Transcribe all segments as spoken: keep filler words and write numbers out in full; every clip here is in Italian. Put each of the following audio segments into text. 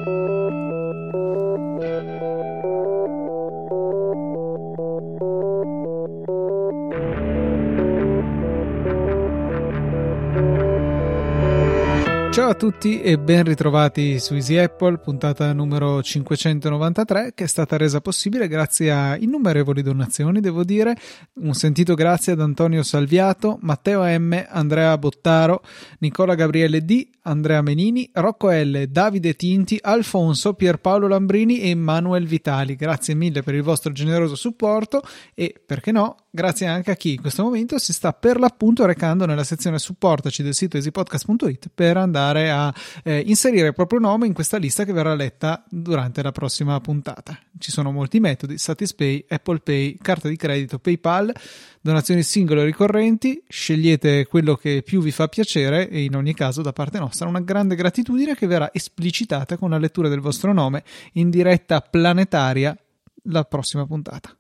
Ciao a tutti e ben ritrovati su Easy Apple, puntata numero cinquecentonovantatré, che è stata resa possibile grazie a innumerevoli donazioni, devo dire. Un sentito grazie ad Antonio Salviato, Matteo M, Andrea Bottaro, Nicola Gabriele D, Andrea Menini, Rocco L, Davide Tinti, Alfonso, Pierpaolo Lambrini e Manuel Vitali. Grazie mille per il vostro generoso supporto e, perché no, grazie anche a chi in questo momento si sta per l'appunto recando nella sezione supportaci del sito easypodcast punto it per andare a eh, inserire il proprio nome in questa lista che verrà letta durante la prossima puntata. Ci sono molti metodi: Satispay, Apple Pay, carta di credito, PayPal, donazioni singole o ricorrenti. Scegliete quello che più vi fa piacere e in ogni caso da parte nostra una grande gratitudine che verrà esplicitata con la lettura del vostro nome in diretta planetaria la prossima puntata.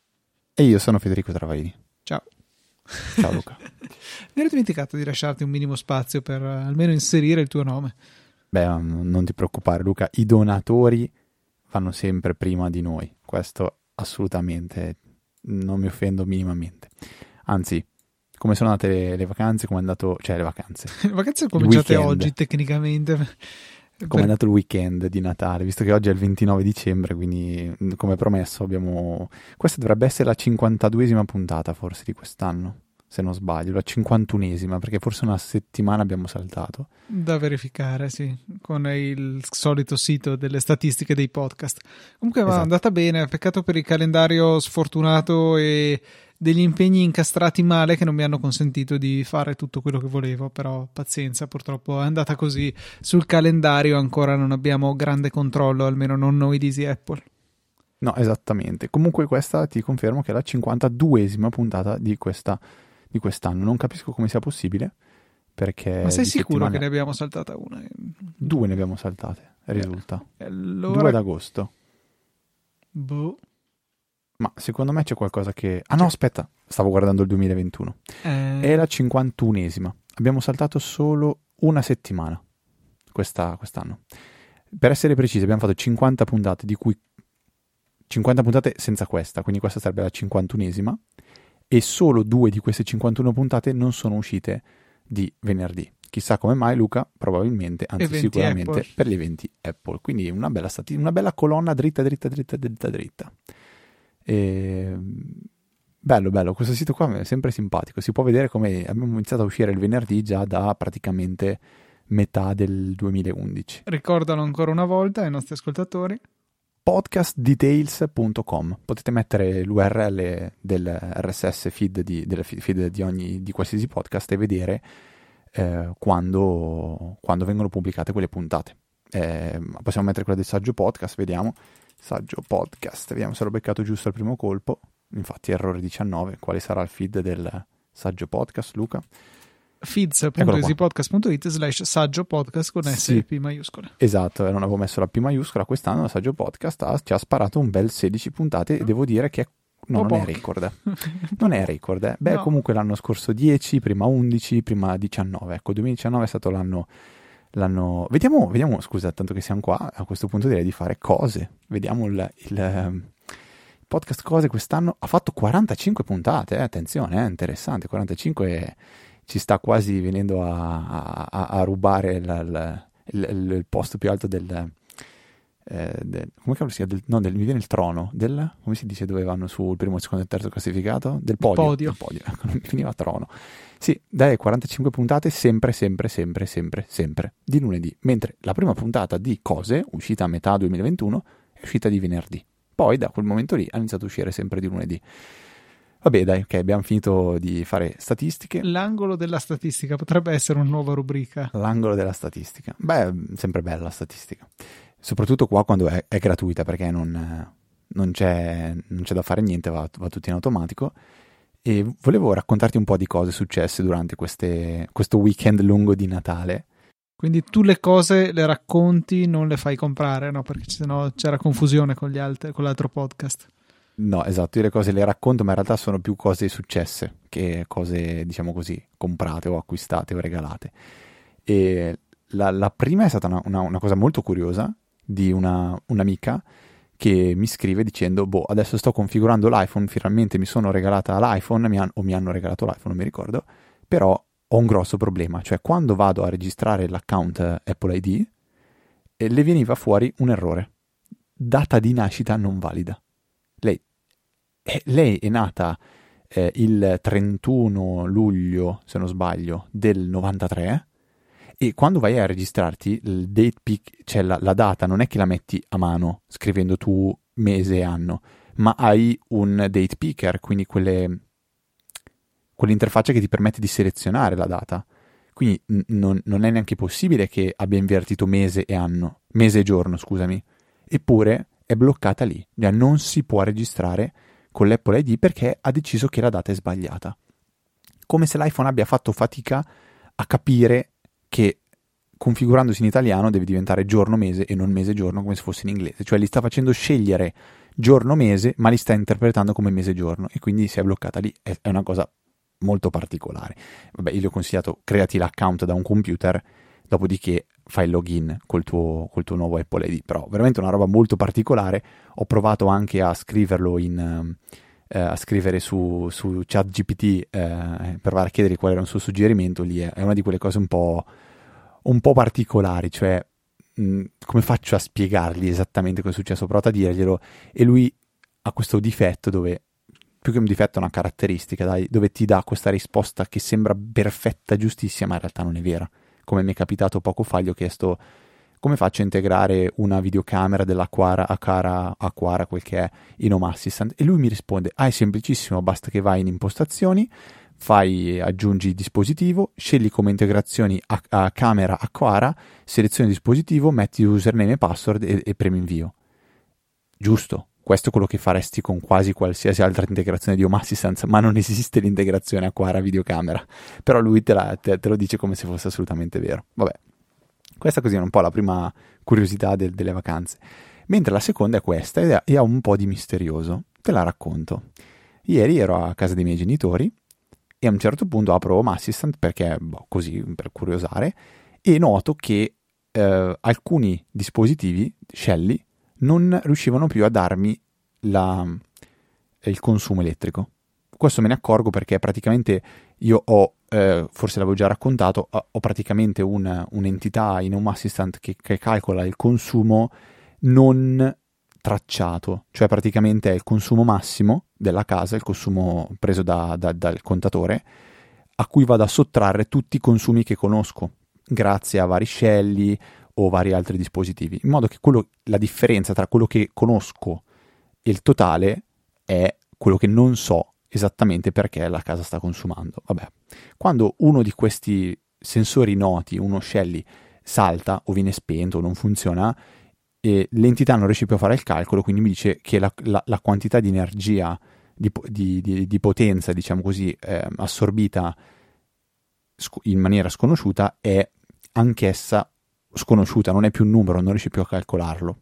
E io sono Federico Travaini. Ciao. Ciao Luca. Mi ero dimenticato di lasciarti un minimo spazio per almeno inserire il tuo nome. Beh, non ti preoccupare Luca, i donatori vanno sempre prima di noi. Questo assolutamente, non mi offendo minimamente. Anzi, come sono andate le, le vacanze, come è andato, cioè le vacanze. Le vacanze sono cominciate oggi tecnicamente. Come per... è andato il weekend di Natale, visto che oggi è il ventinove dicembre, quindi come promesso abbiamo... Questa dovrebbe essere la cinquantaduesima puntata forse di quest'anno, se non sbaglio, la cinquantunesima, perché forse una settimana abbiamo saltato. Da verificare, sì, con il solito sito delle statistiche dei podcast. Comunque va, esatto, andata bene, peccato per il calendario sfortunato e degli impegni incastrati male che non mi hanno consentito di fare tutto quello che volevo, però pazienza, purtroppo è andata così. Sul calendario ancora non abbiamo grande controllo, almeno non noi di Easy Apple. No, esattamente. Comunque questa ti confermo che è la cinquantaduesima puntata di questa di quest'anno. Non capisco come sia possibile, perché... Ma sei sicuro settimane... che ne abbiamo saltata una? Due ne abbiamo saltate, risulta. Eh, allora... due d'agosto. Boh. Ma secondo me c'è qualcosa che... Ah no, aspetta, stavo guardando il duemilaventuno. Eh... È la cinquantunesima. Abbiamo saltato solo una settimana questa, quest'anno. Per essere precisi, abbiamo fatto cinquanta puntate, di cui cinquanta puntate senza questa, quindi questa sarebbe la cinquantunesima, e solo due di queste cinquantuno puntate non sono uscite di venerdì. Chissà come mai, Luca, probabilmente, anzi eventi sicuramente Apple. Per gli eventi Apple. Quindi una bella, stati- una bella colonna dritta, dritta, dritta, dritta, dritta. E... bello, bello, questo sito qua è sempre simpatico. Si può vedere come abbiamo iniziato a uscire il venerdì già da praticamente metà del duemilaundici. Ricordalo ancora una volta ai nostri ascoltatori. podcast details punto com. Potete mettere l'U R L del R S S feed di, del feed di ogni di qualsiasi podcast e vedere eh, quando, quando vengono pubblicate quelle puntate. Eh, possiamo mettere quella del Saggio Podcast, vediamo. Saggio Podcast, vediamo se l'ho beccato giusto al primo colpo. Infatti errore diciannove. Quale sarà il feed del Saggio Podcast, Luca? feeds punto easypodcast punto it slash saggio podcast con S sì, e P maiuscola. Esatto, non avevo messo la P maiuscola. Quest'anno il Saggio Podcast ha, ci ha sparato un bel sedici puntate e devo dire che no, non è record. Non è record. Eh. Beh, no. Comunque l'anno scorso dieci, prima undici, prima diciannove. Ecco, duemiladiciannove è stato l'anno... l'anno... Vediamo, vediamo, scusa, tanto che siamo qua, a questo punto direi di fare cose. Vediamo il... il il podcast cose quest'anno. Ha fatto quarantacinque puntate, eh. Attenzione, è eh, interessante, quarantacinque... ci sta quasi venendo a, a, a rubare la, la, il, il, il posto più alto del, eh, del come cavolo si chiama? Del, no, del, mi viene il trono del, come si dice dove vanno su il primo, il secondo e il terzo classificato? Del podio, podio. Del podio. Non mi finiva trono. Sì, dai, quarantacinque puntate sempre, sempre, sempre, sempre, sempre di lunedì, mentre la prima puntata di Cose, uscita a metà duemilaventuno, è uscita di venerdì. Poi da quel momento lì ha iniziato a uscire sempre di lunedì. Vabbè, dai, ok, abbiamo finito di fare statistiche. L'angolo della statistica potrebbe essere una nuova rubrica. L'angolo della statistica. Beh, sempre bella la statistica. Soprattutto qua quando è, è gratuita, perché non, non, c'è, non c'è da fare niente, va, va tutto in automatico. E volevo raccontarti un po' di cose successe durante queste, questo weekend lungo di Natale. Quindi tu le cose le racconti, non le fai comprare, no? Perché sennò c'era confusione con gli altri, con l'altro podcast. No, esatto, io le cose le racconto, ma in realtà sono più cose successe che cose, diciamo così, comprate o acquistate o regalate. E la, la prima è stata una, una, una cosa molto curiosa, di una, un'amica che mi scrive dicendo: boh, adesso sto configurando l'iPhone, finalmente mi sono regalata l'iPhone, mi han- o mi hanno regalato l'iPhone, non mi ricordo, però ho un grosso problema, cioè quando vado a registrare l'account Apple I D eh, le veniva fuori un errore, data di nascita non valida. Lei, eh, lei è nata eh, il trentuno luglio, se non sbaglio, del novantatré, e quando vai a registrarti il date pic, cioè la, la data non è che la metti a mano scrivendo tu mese e anno, ma hai un date picker, quindi quelle, quell'interfaccia che ti permette di selezionare la data. Quindi n- non, non è neanche possibile che abbia invertito mese e anno, mese e giorno, scusami. Eppure è bloccata lì, cioè non si può registrare con l'Apple I D perché ha deciso che la data è sbagliata. Come se l'iPhone abbia fatto fatica a capire che configurandosi in italiano deve diventare giorno-mese e non mese-giorno come se fosse in inglese, cioè li sta facendo scegliere giorno-mese ma li sta interpretando come mese-giorno e quindi si è bloccata lì. È una cosa molto particolare. Vabbè, io gli ho consigliato: creati l'account da un computer, dopodiché fai il login col tuo, col tuo nuovo Apple I D, però veramente una roba molto particolare. Ho provato anche a scriverlo in... Uh, a scrivere su, su ChatGPT uh, per provare a chiedere qual era un suo suggerimento. Lì è, è una di quelle cose un po', un po' particolari, cioè mh, come faccio a spiegargli esattamente cosa è successo? Ho provato a dirglielo e lui ha questo difetto dove, più che un difetto è una caratteristica, dai, dove ti dà questa risposta che sembra perfetta, giustissima, ma in realtà non è vera. Come mi è capitato poco fa, gli ho chiesto: come faccio a integrare una videocamera dell'Aqara, Aquara, Aquara, quel che è, in Home Assistant? E lui mi risponde: ah, è semplicissimo, basta che vai in impostazioni, fai, aggiungi il dispositivo, scegli come integrazioni a, a camera Aquara, selezioni il dispositivo, metti username e password e, e premi invio. Giusto, questo è quello che faresti con quasi qualsiasi altra integrazione di Home Assistant, ma non esiste l'integrazione Aquara videocamera. Però lui te, la, te, te lo dice come se fosse assolutamente vero. Vabbè. Questa così è un po' la prima curiosità del, delle vacanze. Mentre la seconda è questa e ha un po' di misterioso. Te la racconto. Ieri ero a casa dei miei genitori e a un certo punto apro Home Assistant perché, boh, così, per curiosare, e noto che eh, alcuni dispositivi, Shelly, non riuscivano più a darmi la, il consumo elettrico. Questo me ne accorgo perché praticamente io ho, eh, forse l'avevo già raccontato, ho, ho praticamente un, un'entità in Home Assistant che, che calcola il consumo non tracciato, cioè praticamente è il consumo massimo della casa, il consumo preso da, da, dal contatore, a cui vado a sottrarre tutti i consumi che conosco, grazie a vari Shelly o vari altri dispositivi, in modo che quello, la differenza tra quello che conosco e il totale è quello che non so esattamente perché la casa sta consumando. Vabbè, quando uno di questi sensori noti, uno Shelly, salta o viene spento o non funziona, e l'entità non riesce più a fare il calcolo, quindi mi dice che la, la, la quantità di energia, di, di, di, di potenza, diciamo così, eh, assorbita in maniera sconosciuta è anch'essa sconosciuta, non è più un numero, non riesce più a calcolarlo.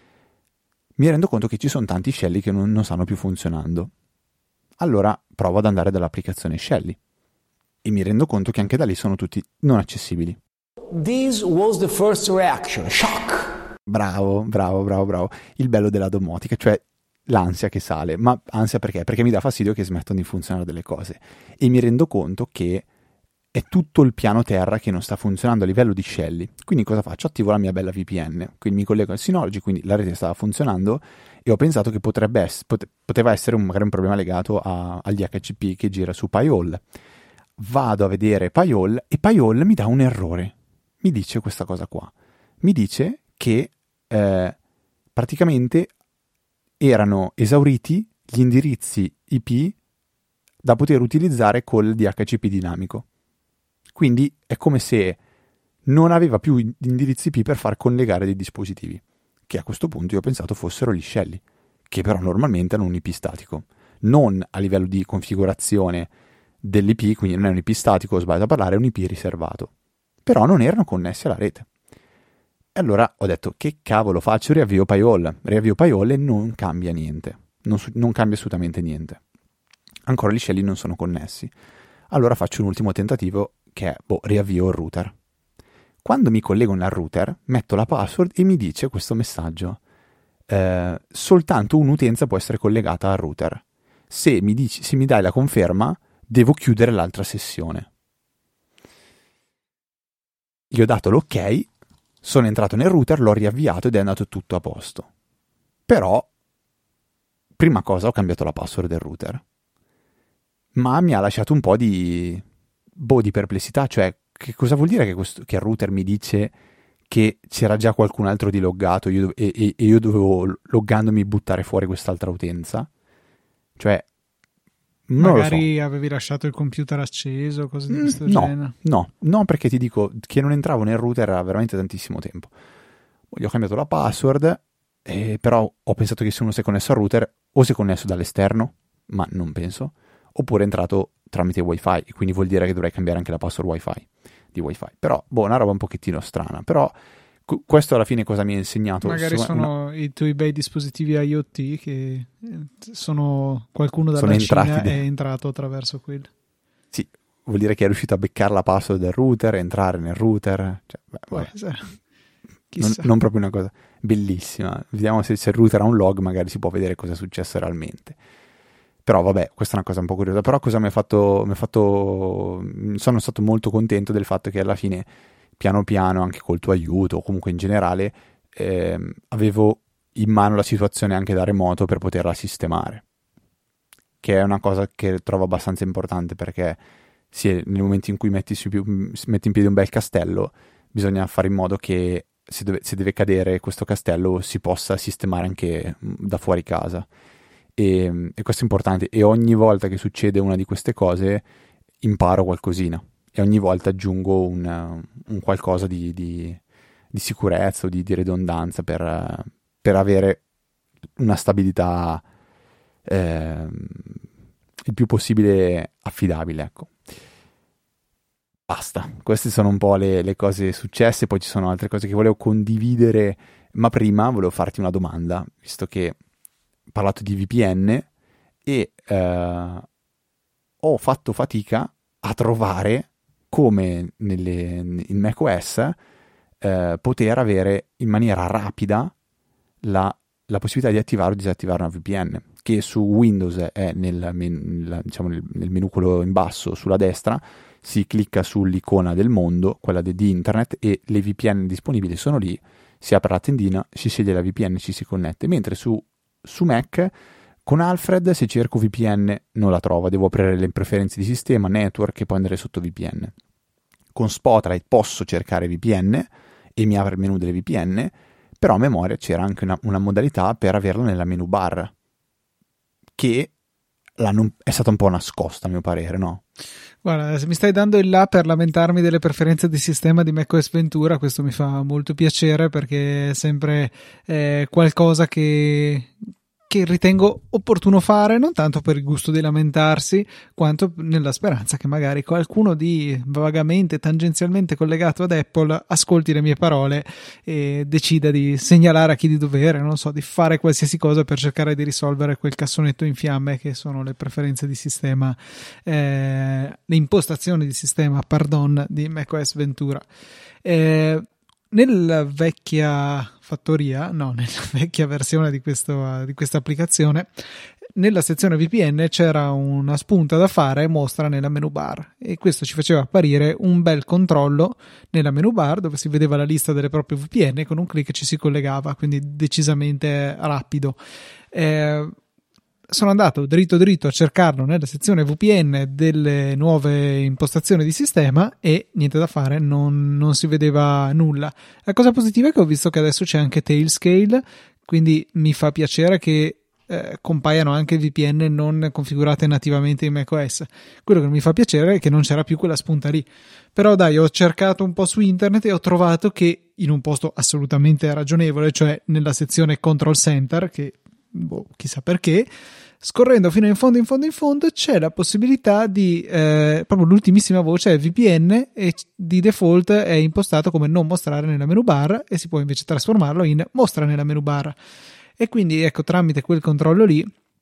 Mi rendo conto che ci sono tanti Shelly che non, non stanno più funzionando. Allora provo ad andare dall'applicazione Shelly e mi rendo conto che anche da lì sono tutti non accessibili. This was the first reaction, shock. Bravo, bravo, bravo, bravo. Il bello della domotica, cioè l'ansia che sale. Ma ansia perché? Perché mi dà fastidio che smettono di funzionare delle cose. E mi rendo conto che è tutto il piano terra che non sta funzionando a livello di Shelly. Quindi cosa faccio? Attivo la mia bella V P N, quindi mi collego al Synology, quindi la rete stava funzionando e ho pensato che potrebbe ess- pot- poteva essere un, magari un problema legato a, al D H C P che gira su Pi-hole. Vado a vedere Pi-hole e Pi-hole mi dà un errore. Mi dice questa cosa qua. Mi dice che eh, praticamente erano esauriti gli indirizzi I P da poter utilizzare col D H C P dinamico. Quindi è come se non aveva più indirizzi I P per far collegare dei dispositivi, che a questo punto io ho pensato fossero gli Shelly, che però normalmente hanno un I P statico, non a livello di configurazione dell'I P, quindi non è un I P statico, ho sbagliato a parlare, è un I P riservato. Però non erano connessi alla rete. E allora ho detto, che cavolo faccio? Riavvio Pi-hole. Riavvio Pi-hole e non cambia niente. Non, non cambia assolutamente niente. Ancora gli Shelly non sono connessi. Allora faccio un ultimo tentativo che è, boh, riavvio il router. Quando mi collego nel router, metto la password e mi dice questo messaggio. Eh, soltanto un'utenza può essere collegata al router. Se mi, dici, se mi dai la conferma, devo chiudere l'altra sessione. Gli ho dato l'ok, sono entrato nel router, l'ho riavviato ed è andato tutto a posto. Però, prima cosa, ho cambiato la password del router. Ma mi ha lasciato un po' di, boh, di perplessità, cioè che cosa vuol dire che, questo, che il router mi dice che c'era già qualcun altro di loggato io, e, e, e io dovevo, loggandomi, buttare fuori quest'altra utenza? Cioè, non magari lo so. avevi lasciato il computer acceso, cose di questo mm, no, genere. No, no, perché ti dico che non entravo nel router era veramente tantissimo tempo. Gli ho cambiato la password, eh, però ho pensato che se uno si è connesso al router o si è connesso dall'esterno, ma non penso, oppure è entrato tramite wifi, e quindi vuol dire che dovrei cambiare anche la password wifi di wifi. Però, boh, una roba un pochettino strana. Però cu- questo alla fine cosa mi ha insegnato? Magari Su- sono una... i tuoi bei dispositivi IoT che sono qualcuno dalla sono Cina entrati è de- entrato attraverso quello. Sì, vuol dire che è riuscito a beccare la password del router, entrare nel router. Cioè, beh, Può vabbè. essere. Non, Chissà. non proprio una cosa bellissima. Vediamo se, se il router ha un log, magari si può vedere cosa è successo realmente. Però vabbè, questa è una cosa un po' curiosa. Però cosa mi ha fatto, mi ha fatto sono stato molto contento del fatto che alla fine, piano piano, anche col tuo aiuto o comunque in generale, ehm, avevo in mano la situazione anche da remoto per poterla sistemare, che è una cosa che trovo abbastanza importante, perché sì, nel momento in cui metti, su, metti in piedi un bel castello, bisogna fare in modo che se deve, se deve cadere questo castello si possa sistemare anche da fuori casa. E, e questo è importante, e ogni volta che succede una di queste cose imparo qualcosina e ogni volta aggiungo un, un qualcosa di, di, di sicurezza o di, di redondanza per, per avere una stabilità eh, il più possibile affidabile, ecco. Basta, queste sono un po' le, le cose successe. Poi ci sono altre cose che volevo condividere, ma prima volevo farti una domanda, visto che parlato di V P N e eh, ho fatto fatica a trovare come nelle, in macOS eh, poter avere in maniera rapida la, la possibilità di attivare o disattivare una V P N, che su Windows è nel, nel, diciamo nel, nel menucolo in basso sulla destra, si clicca sull'icona del mondo, quella di, di internet, e le V P N disponibili sono lì, si apre la tendina, si sceglie la V P N, ci si connette, mentre su Su Mac, con Alfred, se cerco V P N non la trovo, devo aprire le preferenze di sistema, network, e poi andare sotto V P N. Con Spotlight posso cercare V P N e mi apre il menu delle V P N, però a memoria c'era anche una, una modalità per averla nella menu bar, che l'hanno, è stata un po' nascosta a mio parere, no? Guarda, se mi stai dando il là per lamentarmi delle preferenze di sistema di macOS Ventura, questo mi fa molto piacere, perché è sempre eh, qualcosa che, che ritengo opportuno fare, non tanto per il gusto di lamentarsi, quanto nella speranza che magari qualcuno di vagamente, tangenzialmente collegato ad Apple ascolti le mie parole e decida di segnalare a chi di dovere, non so, di fare qualsiasi cosa per cercare di risolvere quel cassonetto in fiamme che sono le preferenze di sistema, eh, le impostazioni di sistema, pardon, di macOS Ventura. Eh, nella vecchia fattoria, no, nella vecchia versione di, questo, di questa applicazione, nella sezione V P N c'era una spunta da fare mostra nella menu bar, e questo ci faceva apparire un bel controllo nella menu bar dove si vedeva la lista delle proprie V P N e con un clic ci si collegava, quindi decisamente rapido. Eh, sono andato dritto dritto a cercarlo nella sezione V P N delle nuove impostazioni di sistema e niente da fare, non, non si vedeva nulla. La cosa positiva è che ho visto che adesso c'è anche Tailscale, quindi mi fa piacere che eh, compaiano anche V P N non configurate nativamente in macOS. Quello che mi fa piacere è che non c'era più quella spunta lì. Però dai, ho cercato un po' su internet e ho trovato che in un posto assolutamente ragionevole, cioè nella sezione Control Center, che boh, chissà perché, scorrendo fino in fondo in fondo in fondo c'è la possibilità di eh, proprio l'ultimissima voce è V P N, e di default è impostato come non mostrare nella menu bar, e si può invece trasformarlo in mostra nella menu bar. E quindi ecco, tramite quel controllo lì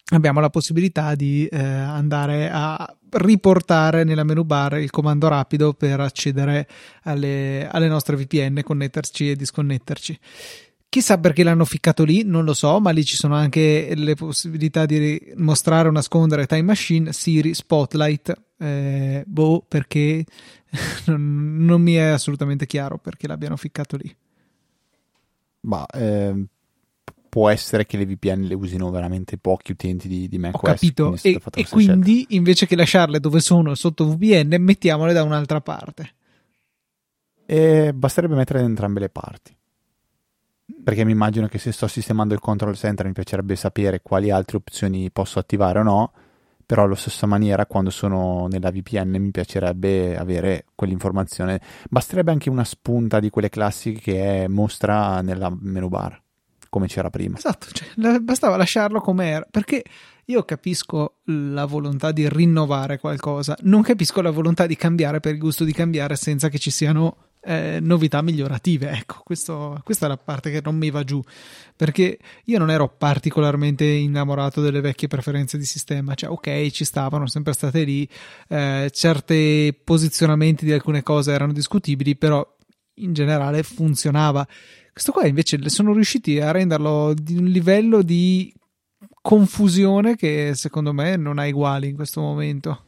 abbiamo la possibilità di eh, andare a riportare nella menu bar il comando rapido per accedere alle, alle nostre V P N, connetterci e disconnetterci. Chissà perché l'hanno ficcato lì, non lo so, ma lì ci sono anche le possibilità di mostrare o nascondere Time Machine, Siri, Spotlight, eh, boh, perché non, non mi è assolutamente chiaro perché l'abbiano ficcato lì. Ma eh, può essere che le V P N le usino veramente pochi utenti di, di macOS. Ho capito, e, e quindi scelta. Invece che lasciarle dove sono sotto V P N, mettiamole da un'altra parte. E basterebbe mettere da entrambe le parti. Perché mi immagino che se sto sistemando il control center mi piacerebbe sapere quali altre opzioni posso attivare o no, però allo stessa maniera quando sono nella V P N mi piacerebbe avere quell'informazione. Basterebbe anche una spunta di quelle classiche che è mostra nella menu bar, come c'era prima. Esatto, cioè, bastava lasciarlo come era, perché io capisco la volontà di rinnovare qualcosa, non capisco la volontà di cambiare per il gusto di cambiare senza che ci siano Eh, novità migliorative. Ecco, questo, questa è la parte che non mi va giù, perché io non ero particolarmente innamorato delle vecchie preferenze di sistema, cioè ok, ci stavano, sempre state lì, eh, certi posizionamenti di alcune cose erano discutibili, però in generale funzionava. Questo qua invece sono riusciti a renderlo di un livello di confusione che secondo me non ha uguali in questo momento.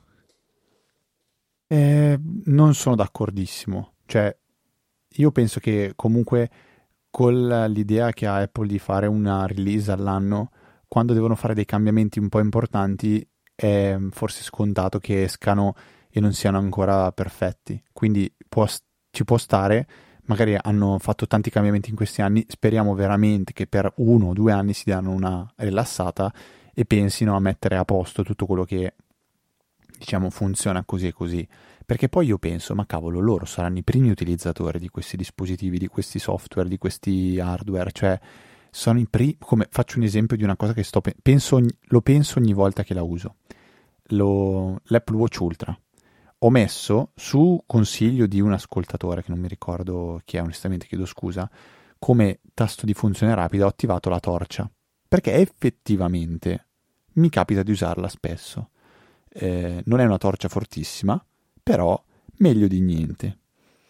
Eh, non sono d'accordissimo, cioè io penso che comunque con l'idea che ha Apple di fare una release all'anno, quando devono fare dei cambiamenti un po' importanti è forse scontato che escano e non siano ancora perfetti, quindi può, ci può stare, magari hanno fatto tanti cambiamenti in questi anni, speriamo veramente che per uno o due anni si diano una rilassata e pensino a mettere a posto tutto quello che diciamo funziona così e così. Perché poi io penso, ma cavolo, loro saranno i primi utilizzatori di questi dispositivi, di questi software, di questi hardware, cioè sono i primi, come faccio un esempio di una cosa che sto penso, lo penso ogni volta che la uso, lo, l'Apple Watch Ultra. Ho messo, su consiglio di un ascoltatore, che non mi ricordo chi è, onestamente chiedo scusa, come tasto di funzione rapida ho attivato la torcia, perché effettivamente mi capita di usarla spesso. Eh, non è una torcia fortissima, però meglio di niente.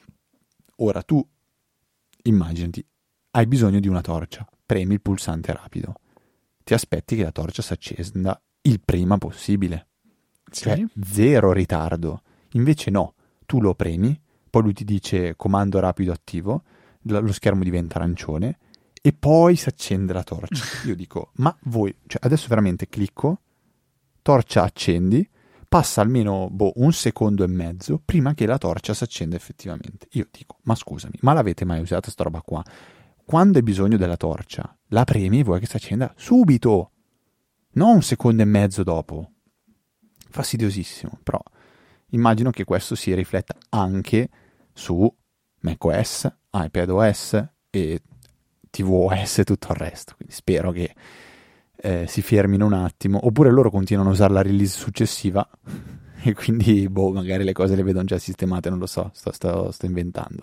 Ora tu immaginati, hai bisogno di una torcia, premi il pulsante rapido, ti aspetti che la torcia si accenda il prima possibile, sì. Cioè zero ritardo. Invece no, tu lo premi, poi lui ti dice comando rapido attivo, lo schermo diventa arancione e poi si accende la torcia. Io dico, ma voi, cioè adesso veramente clicco, torcia accendi, passa almeno boh, un secondo e mezzo prima che la torcia si accenda effettivamente. Io dico, ma scusami, ma l'avete mai usata sta roba qua? Quando hai bisogno della torcia, la premi e vuoi che si accenda subito, non un secondo e mezzo dopo. Fastidiosissimo, però immagino che questo si rifletta anche su macOS, iPadOS e tvOS e tutto il resto, quindi spero che Eh, si fermino un attimo, oppure loro continuano a usare la release successiva e quindi boh, magari le cose le vedono già sistemate, non lo so, sto, sto, sto inventando.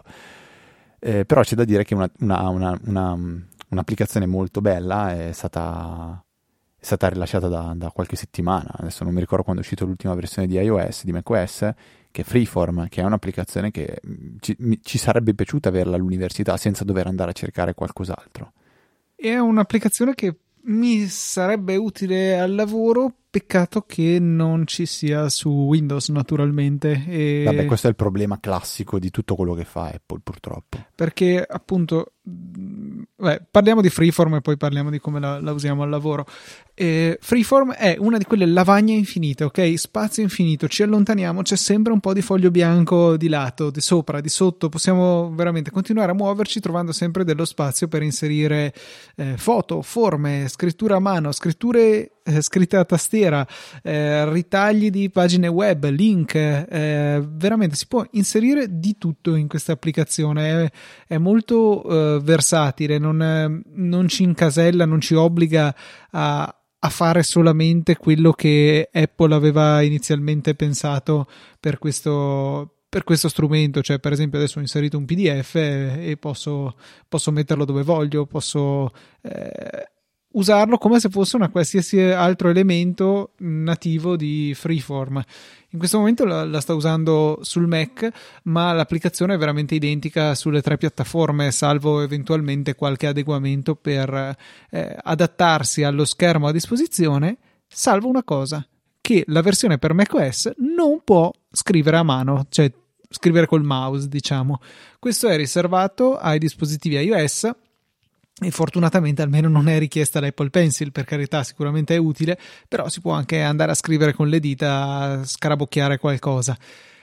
Eh, però c'è da dire che una, una, una, una, un'applicazione molto bella è stata, è stata rilasciata da, da qualche settimana, adesso non mi ricordo quando è uscita l'ultima versione di iOS, di macOS, che è Freeform, che è un'applicazione che ci, ci sarebbe piaciuta averla all'università senza dover andare a cercare qualcos'altro. È un'applicazione che mi sarebbe utile al lavoro, peccato che non ci sia su Windows naturalmente. E... Vabbè, questo è il problema classico di tutto quello che fa Apple, purtroppo. Perché appunto, beh, parliamo di Freeform e poi parliamo di come la, la usiamo al lavoro. E Freeform è una di quelle lavagne infinite, ok? Spazio infinito, ci allontaniamo, c'è sempre un po' di foglio bianco di lato, di sopra, di sotto, possiamo veramente continuare a muoverci trovando sempre dello spazio per inserire eh, foto, forme, scrittura a mano, scritture eh, scritte a tastiera, eh, ritagli di pagine web, link, eh, veramente si può inserire di tutto in questa applicazione, è, è molto eh, versatile, non, non ci incasella, non ci obbliga a a fare solamente quello che Apple aveva inizialmente pensato per questo, per questo strumento, cioè per esempio adesso ho inserito un P D F e, e posso, posso metterlo dove voglio, posso eh, usarlo come se fosse una qualsiasi altro elemento nativo di Freeform. In questo momento la, la sta usando sul Mac, ma l'applicazione è veramente identica sulle tre piattaforme, salvo eventualmente qualche adeguamento per eh, adattarsi allo schermo a disposizione, salvo una cosa, che la versione per macOS non può scrivere a mano, cioè scrivere col mouse, diciamo. Questo è riservato ai dispositivi iOS e fortunatamente almeno non è richiesta l'Apple Pencil, per carità, sicuramente è utile, però si può anche andare a scrivere con le dita, scarabocchiare qualcosa,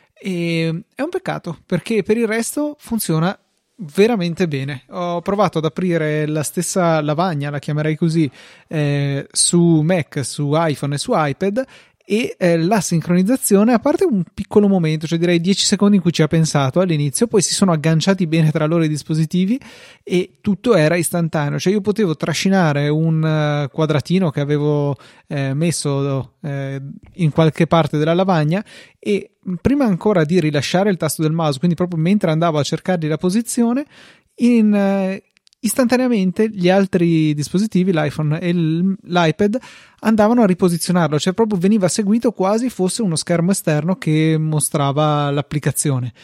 e è un peccato perché per il resto funziona veramente bene. Ho provato ad aprire la stessa lavagna, la chiamerei così, eh, su Mac, su iPhone e su iPad, e eh, la sincronizzazione, a parte un piccolo momento, cioè direi dieci secondi in cui ci ha pensato all'inizio, poi si sono agganciati bene tra loro i dispositivi e tutto era istantaneo. Cioè io potevo trascinare un uh, quadratino che avevo eh, messo eh, in qualche parte della lavagna e prima ancora di rilasciare il tasto del mouse, quindi proprio mentre andavo a cercargli la posizione, in uh, istantaneamente gli altri dispositivi, l'iPhone e l'iPad, andavano a riposizionarlo, cioè proprio veniva seguito quasi fosse uno schermo esterno che mostrava l'applicazione.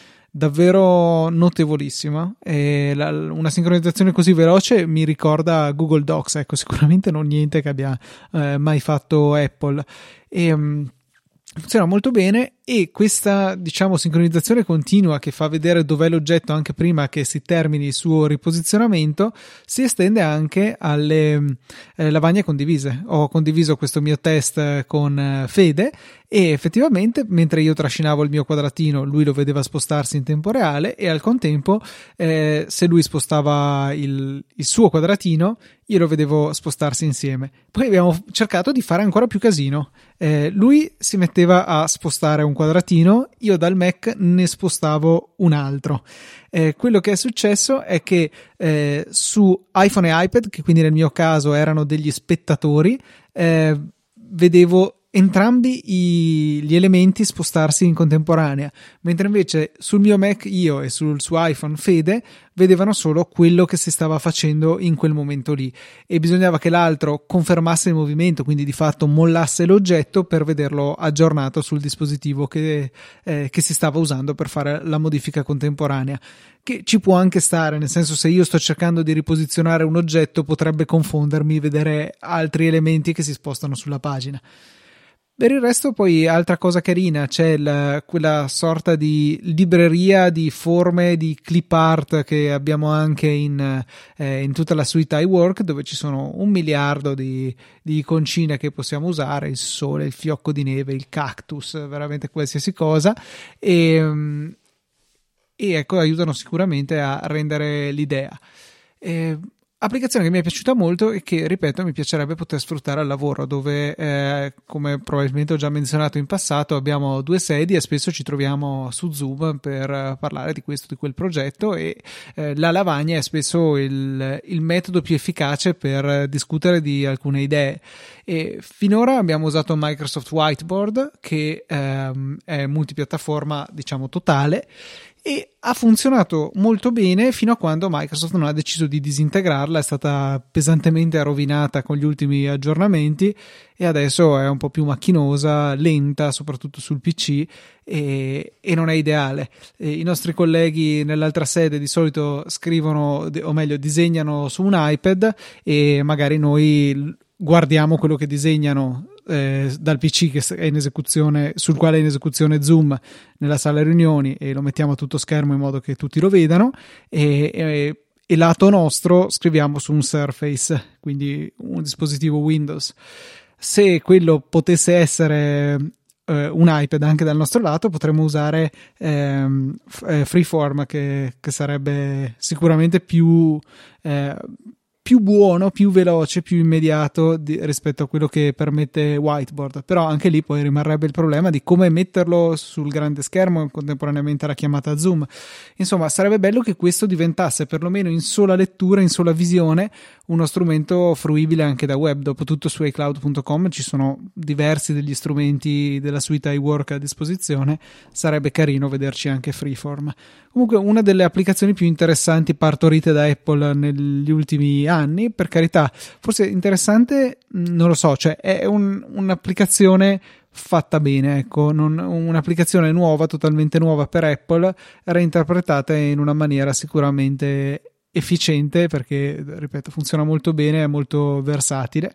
Davvero notevolissima, e la, una sincronizzazione così veloce mi ricorda Google Docs, ecco, sicuramente non niente che abbia eh, mai fatto Apple. E um, funziona molto bene, e questa, diciamo, sincronizzazione continua che fa vedere dov'è l'oggetto anche prima che si termini il suo riposizionamento si estende anche alle eh, lavagne condivise. Ho condiviso questo mio test con eh, Fede, e effettivamente mentre io trascinavo il mio quadratino lui lo vedeva spostarsi in tempo reale, e al contempo eh, se lui spostava il, il suo quadratino io lo vedevo spostarsi insieme. Poi abbiamo cercato di fare ancora più casino. Eh, lui si metteva a spostare un quadratino, io dal Mac ne spostavo un altro. Eh, quello che è successo è che eh, su iPhone e iPad, che quindi nel mio caso erano degli spettatori, eh, vedevo entrambi i, gli elementi spostarsi in contemporanea, mentre invece sul mio Mac io e sul suo iPhone Fede vedevano solo quello che si stava facendo in quel momento lì, e bisognava che l'altro confermasse il movimento, quindi di fatto mollasse l'oggetto per vederlo aggiornato sul dispositivo che, eh, che si stava usando per fare la modifica contemporanea, che ci può anche stare, nel senso, se io sto cercando di riposizionare un oggetto potrebbe confondermi vedere altri elementi che si spostano sulla pagina. Per il resto poi altra cosa carina, c'è la, quella sorta di libreria di forme di clip art che abbiamo anche in, eh, in tutta la suite iWork, dove ci sono un miliardo di, di iconcine che possiamo usare, il sole, il fiocco di neve, il cactus, veramente qualsiasi cosa, e, e ecco, aiutano sicuramente a rendere l'idea. E, applicazione che mi è piaciuta molto e che, ripeto, mi piacerebbe poter sfruttare al lavoro, dove eh, come probabilmente ho già menzionato in passato abbiamo due sedi e spesso ci troviamo su Zoom per parlare di questo, di quel progetto, e eh, la lavagna è spesso il, il metodo più efficace per discutere di alcune idee. E finora abbiamo usato Microsoft Whiteboard, che ehm, è multipiattaforma, diciamo, totale, e ha funzionato molto bene fino a quando Microsoft non ha deciso di disintegrarla. È stata pesantemente rovinata con gli ultimi aggiornamenti e adesso è un po' più macchinosa, lenta soprattutto sul P C, e, e non è ideale. E i nostri colleghi nell'altra sede di solito scrivono, o meglio disegnano su un iPad, e magari noi guardiamo quello che disegnano eh, dal P C che è in esecuzione, sul quale è in esecuzione Zoom nella sala riunioni, e lo mettiamo a tutto schermo in modo che tutti lo vedano, e, e, e lato nostro scriviamo su un Surface, quindi un dispositivo Windows. Se quello potesse essere eh, un iPad anche dal nostro lato, potremmo usare ehm, Freeform, che, che sarebbe sicuramente più eh, più buono, più veloce, più immediato di, rispetto a quello che permette Whiteboard. Però anche lì poi rimarrebbe il problema di come metterlo sul grande schermo contemporaneamente alla chiamata Zoom. Insomma, sarebbe bello che questo diventasse, perlomeno in sola lettura, in sola visione, uno strumento fruibile anche da web. Dopotutto su iCloud punto com ci sono diversi degli strumenti della suite iWork a disposizione, sarebbe carino vederci anche Freeform. Comunque una delle applicazioni più interessanti partorite da Apple negli ultimi anni, per carità, forse interessante, non lo so, cioè è un, un'applicazione fatta bene, ecco, non, un'applicazione nuova, totalmente nuova per Apple, reinterpretata in una maniera sicuramente efficiente, perché ripeto funziona molto bene, è molto versatile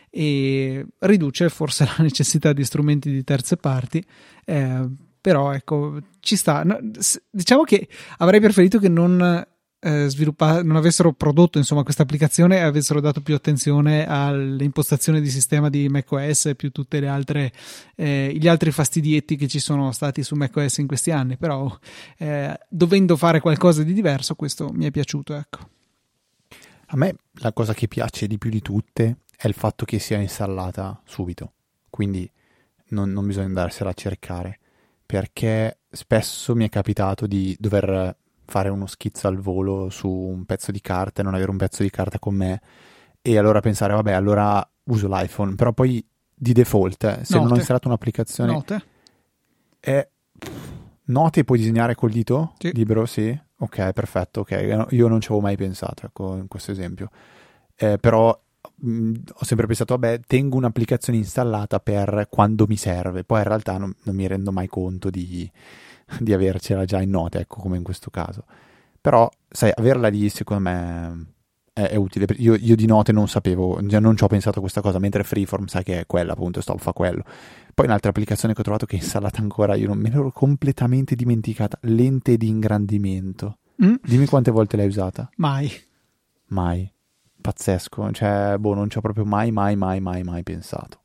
e riduce forse la necessità di strumenti di terze parti, eh, però ecco ci sta. No, diciamo che avrei preferito che non eh, sviluppa- non avessero prodotto insomma questa applicazione e avessero dato più attenzione alle impostazioni di sistema di macOS e più tutte le altre eh, gli altri fastidietti che ci sono stati su macOS in questi anni, però eh, dovendo fare qualcosa di diverso questo mi è piaciuto, ecco. A me la cosa che piace di più di tutte è il fatto che sia installata subito, quindi non, non bisogna andarsela a cercare, perché spesso mi è capitato di dover fare uno schizzo al volo su un pezzo di carta e non avere un pezzo di carta con me e allora pensare vabbè allora uso l'iPhone, però poi di default se Note. non ho installato un'applicazione Note è Note puoi disegnare col dito? Sì. Libero? Sì? Ok, perfetto, ok, io non ci avevo mai pensato, ecco, in questo esempio, eh, però mh, ho sempre pensato vabbè tengo un'applicazione installata per quando mi serve, poi in realtà non, non mi rendo mai conto di di avercela già in Note, ecco, come in questo caso. Però sai, averla lì secondo me è, è utile. Io, io di Note non sapevo, non ci ho pensato a questa cosa, mentre Freeform sai che è quella, appunto, Stop fa quello. Poi un'altra applicazione che ho trovato che è installata ancora, io non me l'ero completamente dimenticata, lente di ingrandimento. Mm? Dimmi quante volte l'hai usata? Mai. Mai. Pazzesco, cioè, boh, non ci ho proprio mai, mai, mai, mai, mai pensato.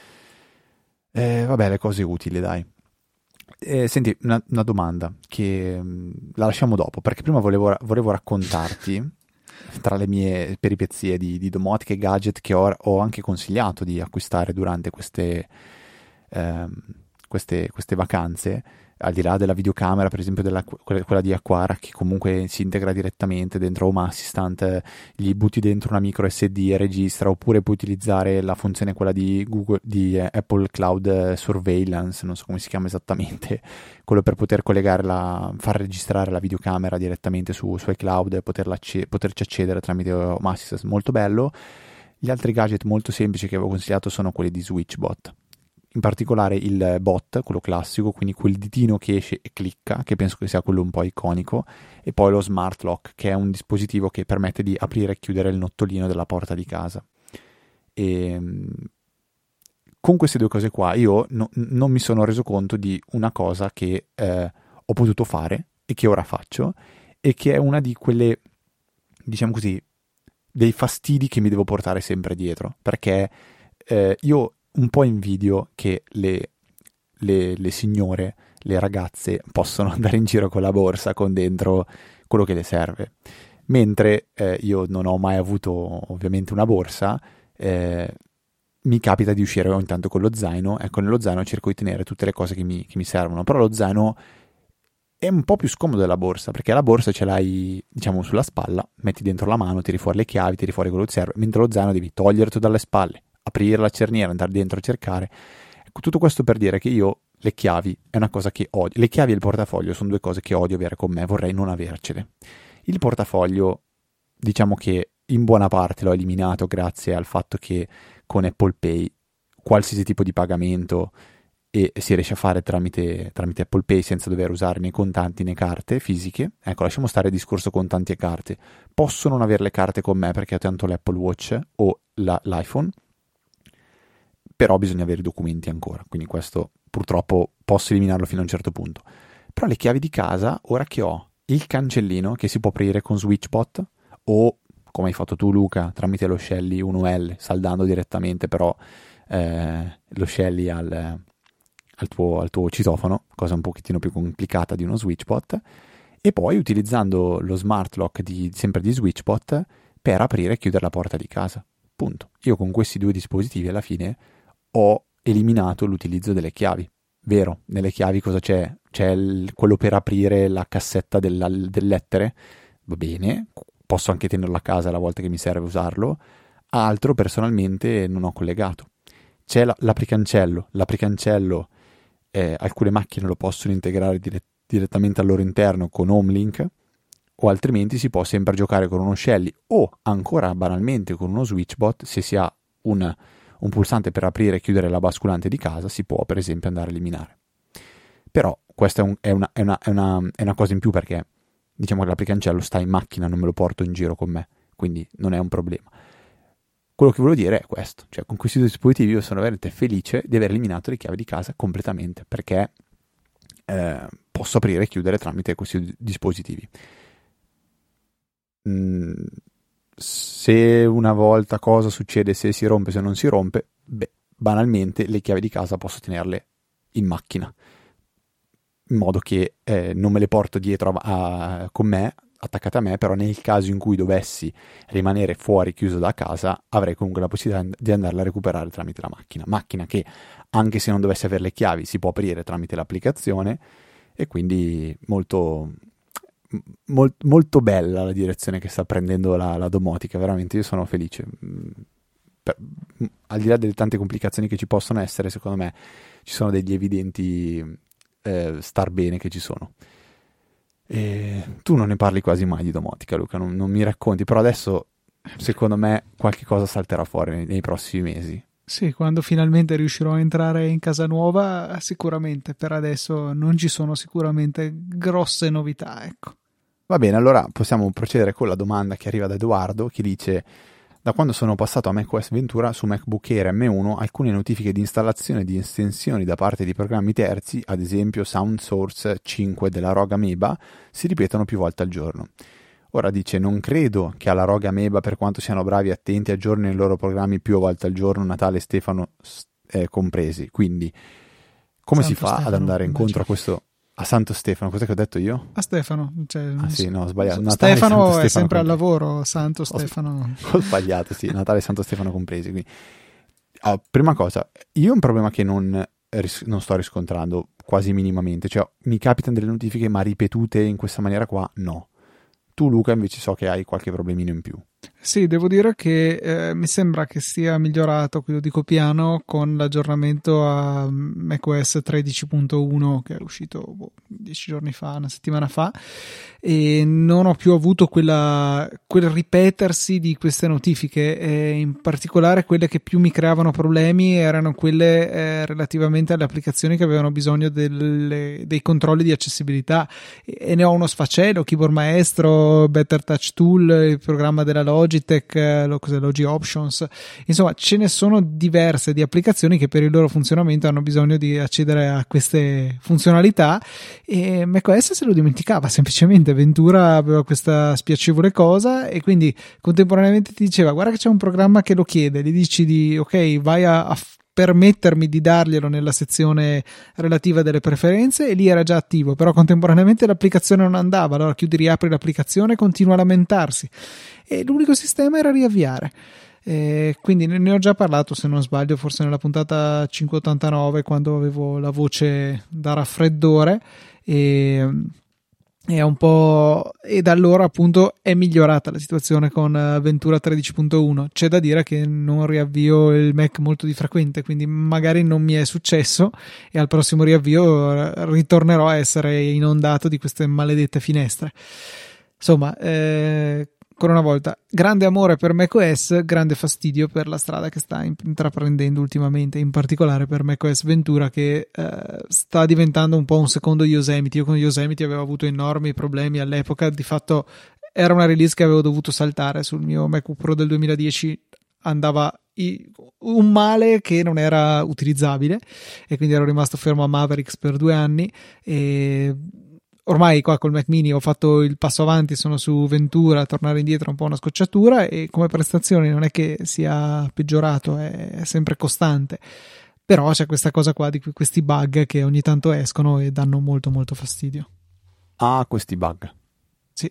Eh, vabbè, le cose utili, dai. Eh, senti, una, una domanda che mh, la lasciamo dopo, perché prima volevo, volevo raccontarti tra le mie peripezie di, di domotica e gadget che ho, ho anche consigliato di acquistare durante queste, ehm, queste, queste vacanze, al di là della videocamera, per esempio della, quella di Aquara, che comunque si integra direttamente dentro Home Assistant, gli butti dentro una micro S D e registra, oppure puoi utilizzare la funzione quella di Google, di Apple Cloud Surveillance, non so come si chiama esattamente, quello per poter collegare la, far registrare la videocamera direttamente su, su iCloud e poterla, poterci accedere tramite Home Assistant, molto bello. Gli altri gadget molto semplici che avevo consigliato sono quelli di SwitchBot. In particolare il bot, quello classico, quindi quel ditino che esce e clicca, che penso che sia quello un po' iconico, e poi lo Smart Lock, che è un dispositivo che permette di aprire e chiudere il nottolino della porta di casa. E con queste due cose qua io no, non mi sono reso conto di una cosa che eh, ho potuto fare e che ora faccio, e che è una di quelle, diciamo così, dei fastidi che mi devo portare sempre dietro, perché eh, io un po' invidio che le, le, le signore, le ragazze possono andare in giro con la borsa con dentro quello che le serve, mentre eh, io non ho mai avuto ovviamente una borsa, eh, mi capita di uscire ogni tanto con lo zaino. Ecco, nello zaino cerco di tenere tutte le cose che mi, che mi servono, però lo zaino è un po' più scomodo della borsa, perché la borsa ce l'hai, diciamo, sulla spalla, metti dentro la mano, tiri fuori le chiavi, tiri fuori quello che ti serve, mentre lo zaino devi toglierlo dalle spalle, aprire la cerniera, andare dentro a cercare. Ecco, tutto questo per dire che io le chiavi è una cosa che odio. Le chiavi e il portafoglio sono due cose che odio avere con me, vorrei non avercele. Il portafoglio, diciamo che in buona parte l'ho eliminato grazie al fatto che con Apple Pay qualsiasi tipo di pagamento e si riesce a fare tramite, tramite Apple Pay senza dover usare né contanti né carte fisiche. Ecco, lasciamo stare il discorso contanti e carte. Posso non avere le carte con me perché ho tanto l'Apple Watch o la, l'iPhone, però bisogna avere i documenti ancora, quindi questo purtroppo posso eliminarlo fino a un certo punto. Però le chiavi di casa, ora che ho il cancellino che si può aprire con SwitchBot, o come hai fatto tu Luca, tramite lo Shelly uno L, saldando direttamente però eh, lo Shelly al, al, tuo, al tuo citofono, cosa un pochettino più complicata di uno SwitchBot, e poi utilizzando lo Smart Lock di, sempre di SwitchBot per aprire e chiudere la porta di casa. Punto. Io con questi due dispositivi alla fine ho eliminato l'utilizzo delle chiavi. Vero, nelle chiavi cosa c'è? C'è il, quello per aprire la cassetta della, del lettere, va bene, posso anche tenerlo a casa la volta che mi serve usarlo, altro personalmente non ho collegato. C'è la, l'apricancello, l'apricancello eh, alcune macchine lo possono integrare dire- direttamente al loro interno con HomeLink, o altrimenti si può sempre giocare con uno Shelly o ancora banalmente con uno SwitchBot. Se si ha un, un pulsante per aprire e chiudere la basculante di casa, si può per esempio andare a eliminare. Però questa è, un, è, una, è, una, è, una, è una cosa in più, perché diciamo che l'apricancello sta in macchina, non me lo porto in giro con me, quindi non è un problema. Quello che volevo dire è questo, cioè con questi due dispositivi io sono veramente felice di aver eliminato le chiavi di casa completamente, perché eh, posso aprire e chiudere tramite questi dispositivi. Mm, se una volta cosa succede, se si rompe, se non si rompe, beh, banalmente le chiavi di casa posso tenerle in macchina, in modo che eh, non me le porto dietro a, a, con me, attaccate a me, però nel caso in cui dovessi rimanere fuori chiuso da casa avrei comunque la possibilità di andarla a recuperare tramite la macchina macchina che anche se non dovessi avere le chiavi si può aprire tramite l'applicazione, e quindi molto mol, molto bella la direzione che sta prendendo la, la domotica, veramente io sono felice. Per, al di là delle tante complicazioni che ci possono essere, secondo me ci sono degli evidenti eh, star bene che ci sono. E tu non ne parli quasi mai di domotica, Luca, non, non mi racconti, però adesso secondo me qualche cosa salterà fuori nei, nei prossimi mesi. Sì, quando finalmente riuscirò a entrare in casa nuova, sicuramente. Per adesso non ci sono sicuramente grosse novità, ecco. Va bene, allora possiamo procedere con la domanda che arriva da Edoardo, che dice: da quando sono passato a macOS Ventura su MacBook Air M uno, alcune notifiche di installazione di estensioni da parte di programmi terzi, ad esempio SoundSource cinque della Rogue Amoeba, si ripetono più volte al giorno. Ora dice: non credo che alla Rogue Amoeba, per quanto siano bravi e attenti, aggiornino i loro programmi più volte al giorno, Natale e Stefano eh, compresi. Quindi come Santo si fa Stefano, ad andare incontro immagino. a questo... A Santo Stefano, cos'è che ho detto io? A Stefano, cioè, Ah sì, no, ho sbagliato. Natale, Stefano Santo è Stefano sempre al compresi. lavoro, Santo Stefano. Ho sbagliato, sì, Natale e Santo Stefano compresi. Quindi. Oh, prima cosa, io ho un problema che non, ris- non sto riscontrando quasi minimamente, cioè mi capitano delle notifiche ma ripetute in questa maniera qua, no. Tu Luca invece so che hai qualche problemino in più. Sì, devo dire che eh, mi sembra che sia migliorato, qui lo dico piano, con l'aggiornamento a macOS tredici punto uno che è uscito boh, dieci giorni fa, una settimana fa, e non ho più avuto quella, quel ripetersi di queste notifiche, e in particolare quelle che più mi creavano problemi erano quelle eh, relativamente alle applicazioni che avevano bisogno delle, dei controlli di accessibilità, e, e ne ho uno sfacelo: Keyboard Maestro, Better Touch Tool, il programma della Logitech, lo, cos'è, Logi Options, insomma ce ne sono diverse di applicazioni che per il loro funzionamento hanno bisogno di accedere a queste funzionalità, e macOS se lo dimenticava semplicemente. Ventura aveva questa spiacevole cosa, e quindi contemporaneamente ti diceva: guarda che c'è un programma che lo chiede, gli dici di ok, vai a, a permettermi di darglielo nella sezione relativa delle preferenze, e lì era già attivo, però contemporaneamente l'applicazione non andava, allora chiudi, riapri l'applicazione, continua a lamentarsi, e l'unico sistema era riavviare. Eh, quindi ne ho già parlato, se non sbaglio, forse nella puntata cinquecentottantanove, quando avevo la voce da raffreddore, e è un po', e da allora appunto è migliorata la situazione con Ventura tredici punto uno. C'è da dire che non riavvio il Mac molto di frequente, quindi magari non mi è successo, e al prossimo riavvio ritornerò a essere inondato di queste maledette finestre. Insomma, eh, ancora una volta, grande amore per macOS, grande fastidio per la strada che sta intraprendendo ultimamente, in particolare per macOS Ventura, che eh, sta diventando un po' un secondo Yosemite. Io con Yosemite avevo avuto enormi problemi all'epoca, di fatto era una release che avevo dovuto saltare sul mio MacBook Pro del duemiladieci, andava un male che non era utilizzabile, e quindi ero rimasto fermo a Mavericks per due anni, e ormai qua col Mac Mini ho fatto il passo avanti, sono su Ventura, tornare indietro è un po' una scocciatura, e come prestazioni non è che sia peggiorato, è sempre costante, però c'è questa cosa qua di questi bug che ogni tanto escono e danno molto molto fastidio. Ah, questi bug. Sì,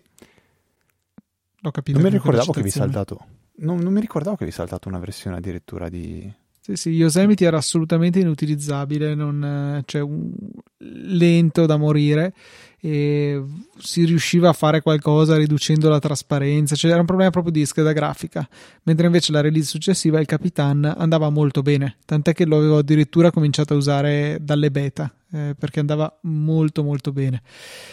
l'ho capito. Non mi ricordavo che vi saltato non, non mi ricordavo che vi saltato una versione addirittura di Sì, sì, Yosemite era assolutamente inutilizzabile, non, cioè, un, lento da morire, e si riusciva a fare qualcosa riducendo la trasparenza, cioè era un problema proprio di scheda grafica, mentre invece la release successiva, il Capitan, andava molto bene, tant'è che lo avevo addirittura cominciato a usare dalle beta, eh, perché andava molto molto bene.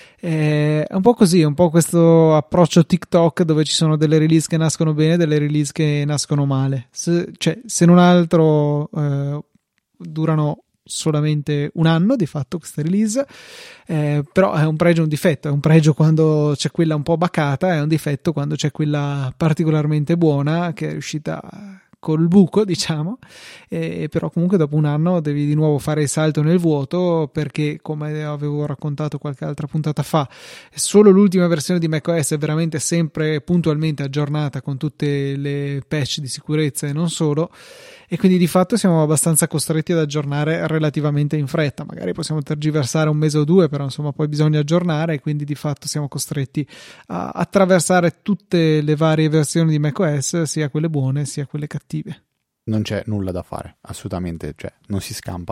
È un po' così, è un po' questo approccio TikTok dove ci sono delle release che nascono bene, delle release che nascono male. Se, cioè, se non altro, eh, durano solamente un anno di fatto queste release, eh, però è un pregio e un difetto. È un pregio quando c'è quella un po' bacata, è un difetto quando c'è quella particolarmente buona che è riuscita col buco, diciamo, e però comunque dopo un anno devi di nuovo fare il salto nel vuoto, perché come avevo raccontato qualche altra puntata fa, solo l'ultima versione di macOS è veramente sempre puntualmente aggiornata con tutte le patch di sicurezza e non solo, e quindi di fatto siamo abbastanza costretti ad aggiornare relativamente in fretta. Magari possiamo tergiversare un mese o due, però insomma poi bisogna aggiornare, e quindi di fatto siamo costretti a attraversare tutte le varie versioni di macOS, sia quelle buone sia quelle cattive. Non c'è nulla da fare, assolutamente, cioè non si scampa.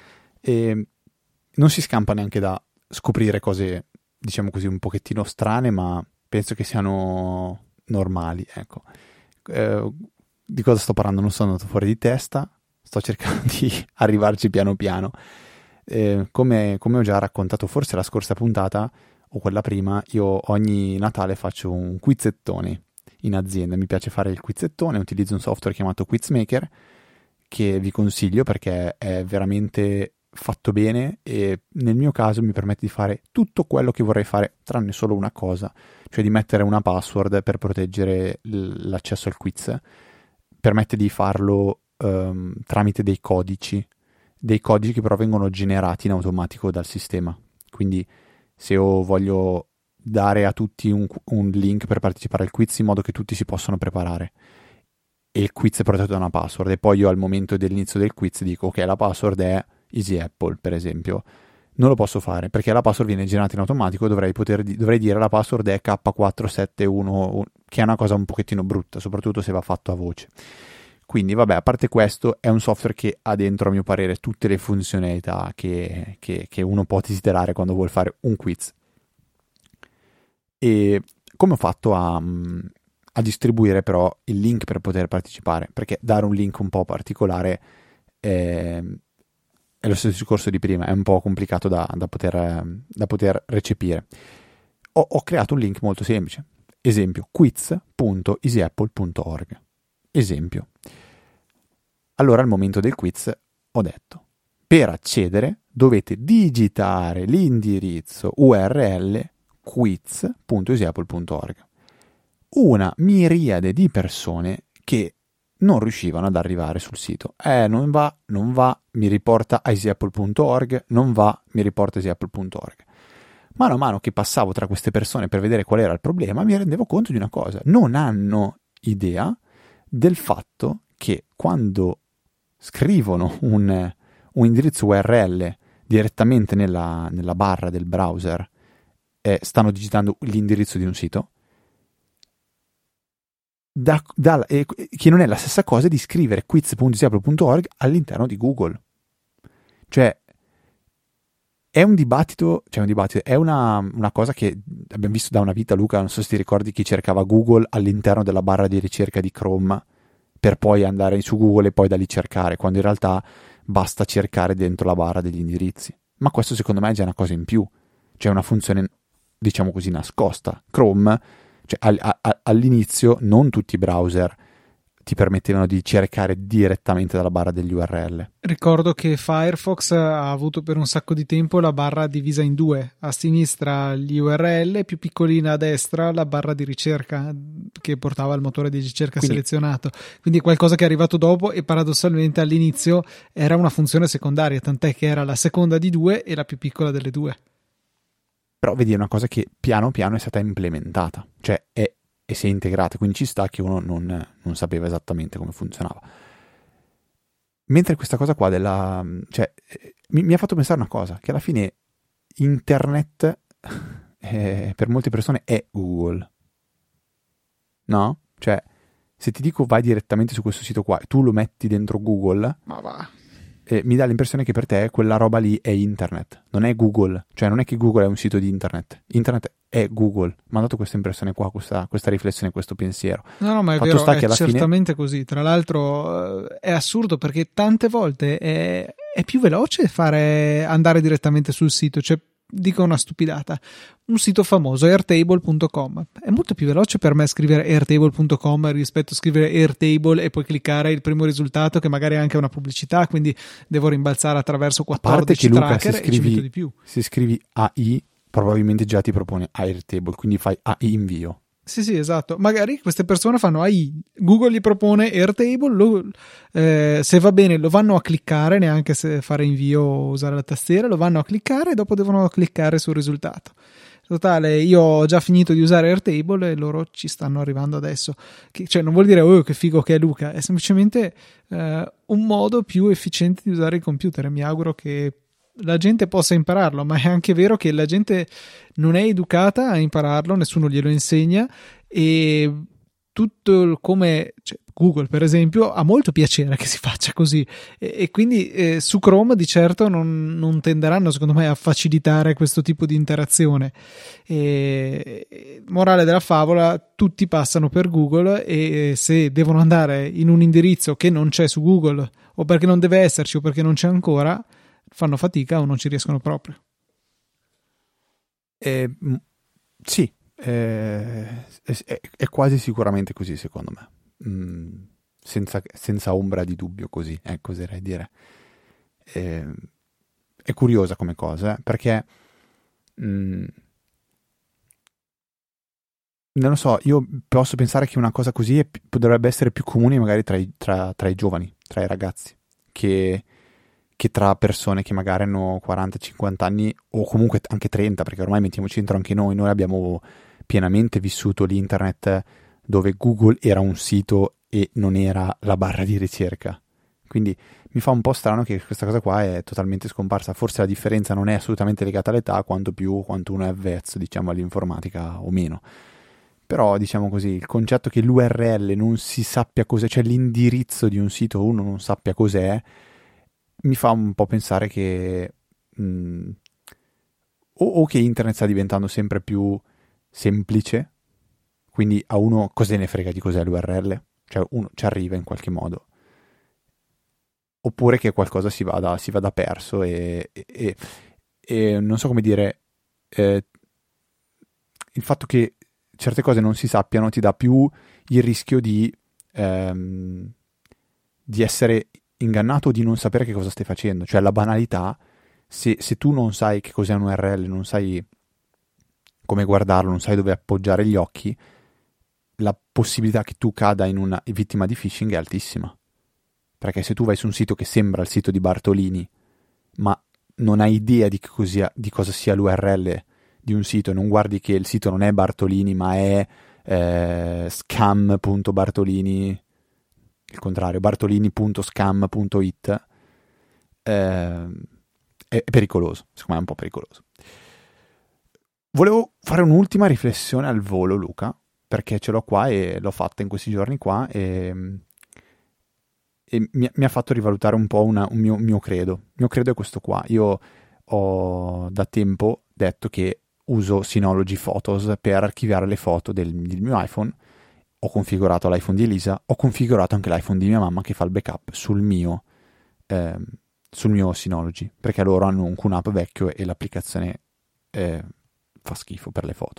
E non si scampa neanche da scoprire cose, diciamo così, un pochettino strane, ma penso che siano normali, ecco. Eh, di cosa sto parlando? Non sono andato fuori di testa, sto cercando di arrivarci piano piano. Eh, come, come ho già raccontato forse la scorsa puntata o quella prima, io ogni Natale faccio un quizzettone in azienda. Mi piace fare il quizzettone, utilizzo un software chiamato Quizmaker che vi consiglio perché è veramente fatto bene, e nel mio caso mi permette di fare tutto quello che vorrei fare tranne solo una cosa, cioè di mettere una password per proteggere l'accesso al quiz. Permette di farlo um, tramite dei codici, dei codici che però vengono generati in automatico dal sistema. Quindi se io voglio dare a tutti un, un link per partecipare al quiz in modo che tutti si possano preparare, e il quiz è protetto da una password, e poi io al momento dell'inizio del quiz dico ok, la password è Easy Apple per esempio, non lo posso fare perché la password viene generata in automatico. Dovrei, poter, dovrei dire la password è K quattro sette uno, che è una cosa un pochettino brutta, soprattutto se va fatto a voce. Quindi vabbè, a parte questo, è un software che ha dentro, a mio parere, tutte le funzionalità che, che, che uno può desiderare quando vuole fare un quiz. E come ho fatto a, a distribuire però il link per poter partecipare? Perché dare un link un po' particolare è, è lo stesso discorso di prima, è un po' complicato da, da, poter, da poter recepire. Ho, ho creato un link molto semplice. Esempio, quiz punto easy apple punto org. Esempio. Allora al momento del quiz ho detto: per accedere dovete digitare l'indirizzo U R L quiz punto easy apple punto org. Una miriade di persone che non riuscivano ad arrivare sul sito. Eh, non va, non va, mi riporta a easy apple punto org, non va, mi riporta a easy apple punto org. Mano a mano che passavo tra queste persone per vedere qual era il problema, mi rendevo conto di una cosa: non hanno idea del fatto che quando scrivono un, un indirizzo U R L direttamente nella, nella barra del browser, eh, stanno digitando l'indirizzo di un sito, da, da, eh, che non è la stessa cosa di scrivere quiz punto easy apple punto org all'interno di Google. Cioè è un dibattito, cioè un dibattito, è una, una cosa che abbiamo visto da una vita, Luca. Non so se ti ricordi chi cercava Google all'interno della barra di ricerca di Chrome per poi andare su Google e poi da lì cercare, quando in realtà basta cercare dentro la barra degli indirizzi. Ma questo secondo me è già una cosa in più, cioè una funzione, diciamo così, nascosta. Chrome, cioè all, all, all'inizio non tutti i browser ti permettevano di cercare direttamente dalla barra degli U R L. Ricordo che Firefox ha avuto per un sacco di tempo la barra divisa in due: a sinistra gli U R L, più piccolina a destra la barra di ricerca che portava al motore di ricerca quindi, selezionato. Quindi è qualcosa che è arrivato dopo, e paradossalmente all'inizio era una funzione secondaria, tant'è che era la seconda di due e la più piccola delle due. Però vedi, è una cosa che piano piano è stata implementata, cioè è e si è integrata, quindi ci sta che uno non, non sapeva esattamente come funzionava. Mentre questa cosa qua della, cioè, mi, mi ha fatto pensare una cosa, che alla fine internet eh, per molte persone è Google, no? Cioè se ti dico vai direttamente su questo sito qua e tu lo metti dentro Google, ma va. Eh, mi dà l'impressione che per te quella roba lì è internet, non è Google, cioè non è che Google è un sito di internet, internet è Google. Mi ha dato questa impressione qua, questa, questa riflessione, questo pensiero. No, no, ma è Fatto vero, sta è che alla certamente fine... così. Tra l'altro è assurdo perché tante volte è, è più veloce fare andare direttamente sul sito, cioè dico una stupidata, un sito famoso airtable punto com, è molto più veloce per me scrivere airtable punto com rispetto a scrivere airtable e poi cliccare il primo risultato che magari è anche una pubblicità, quindi devo rimbalzare attraverso quattordici Luca, tracker se scrivi, e ci metto di più. Se scrivi A I probabilmente già ti propone airtable, quindi fai A I invio. Sì, sì, esatto. Magari queste persone fanno A I, Google gli propone Airtable, lo, eh, se va bene lo vanno a cliccare, neanche se fare invio o usare la tastiera, lo vanno a cliccare e dopo devono cliccare sul risultato. Totale, io ho già finito di usare Airtable e loro ci stanno arrivando adesso. Che, cioè, non vuol dire oh, che figo che è Luca, è semplicemente eh, un modo più efficiente di usare il computer e mi auguro che la gente possa impararlo, ma è anche vero che la gente non è educata a impararlo, nessuno glielo insegna e tutto il come, cioè Google per esempio ha molto piacere che si faccia così e, e quindi eh, su Chrome di certo non, non tenderanno secondo me a facilitare questo tipo di interazione. E, morale della favola, tutti passano per Google e se devono andare in un indirizzo che non c'è su Google o perché non deve esserci o perché non c'è ancora, fanno fatica o non ci riescono proprio. Eh, sì, eh, è, è quasi sicuramente così secondo me, mm, senza, senza ombra di dubbio così, ecco, oserei dire. Eh, è curiosa come cosa, eh, perché mm, non lo so, io posso pensare che una cosa così è, dovrebbe essere più comune magari tra i, tra, tra i giovani, tra i ragazzi, che che tra persone che magari hanno quaranta cinquanta anni o comunque anche trenta, perché ormai mettiamoci dentro anche noi, noi abbiamo pienamente vissuto l'internet dove Google era un sito e non era la barra di ricerca. Quindi mi fa un po' strano che questa cosa qua è totalmente scomparsa. Forse la differenza non è assolutamente legata all'età, quanto più quanto uno è avvezzo, diciamo, all'informatica o meno. Però, diciamo così, il concetto che l'U R L non si sappia cos'è, cioè l'indirizzo di un sito uno non sappia cos'è, mi fa un po' pensare che mh, o, o che internet sta diventando sempre più semplice, quindi a uno cosa ne frega di cos'è l'U R L, cioè uno ci arriva in qualche modo, oppure che qualcosa si vada, si vada perso e, e, e, e non so come dire, eh, il fatto che certe cose non si sappiano ti dà più il rischio di, ehm, di essere ingannato o di non sapere che cosa stai facendo, cioè la banalità, se, se tu non sai che cos'è un U R L, non sai come guardarlo, non sai dove appoggiare gli occhi, la possibilità che tu cada in una vittima di phishing è altissima, perché se tu vai su un sito che sembra il sito di Bartolini ma non hai idea di, che cos'ia, di cosa sia l'U R L di un sito e non guardi che il sito non è Bartolini ma è eh, scam punto bartolini, il contrario, bartolini punto scam punto it, eh, è pericoloso, secondo me è un po' pericoloso. Volevo fare un'ultima riflessione al volo, Luca, perché ce l'ho qua e l'ho fatta in questi giorni qua e, e mi, mi ha fatto rivalutare un po' una, un mio, mio credo. Il mio credo è questo qua. Io ho da tempo detto che uso Synology Photos per archiviare le foto del, del mio iPhone. Ho configurato l'iPhone di Elisa, ho configurato anche l'iPhone di mia mamma che fa il backup sul mio, eh, sul mio Synology, perché loro hanno un Q NAP vecchio e l'applicazione eh, fa schifo per le foto.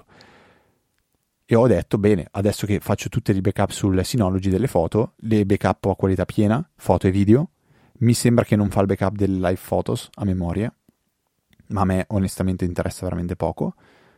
E ho detto, bene, adesso che faccio tutte le backup sul Synology delle foto, le backup a qualità piena, foto e video, mi sembra che non fa il backup del Live Photos a memoria, ma a me onestamente interessa veramente poco.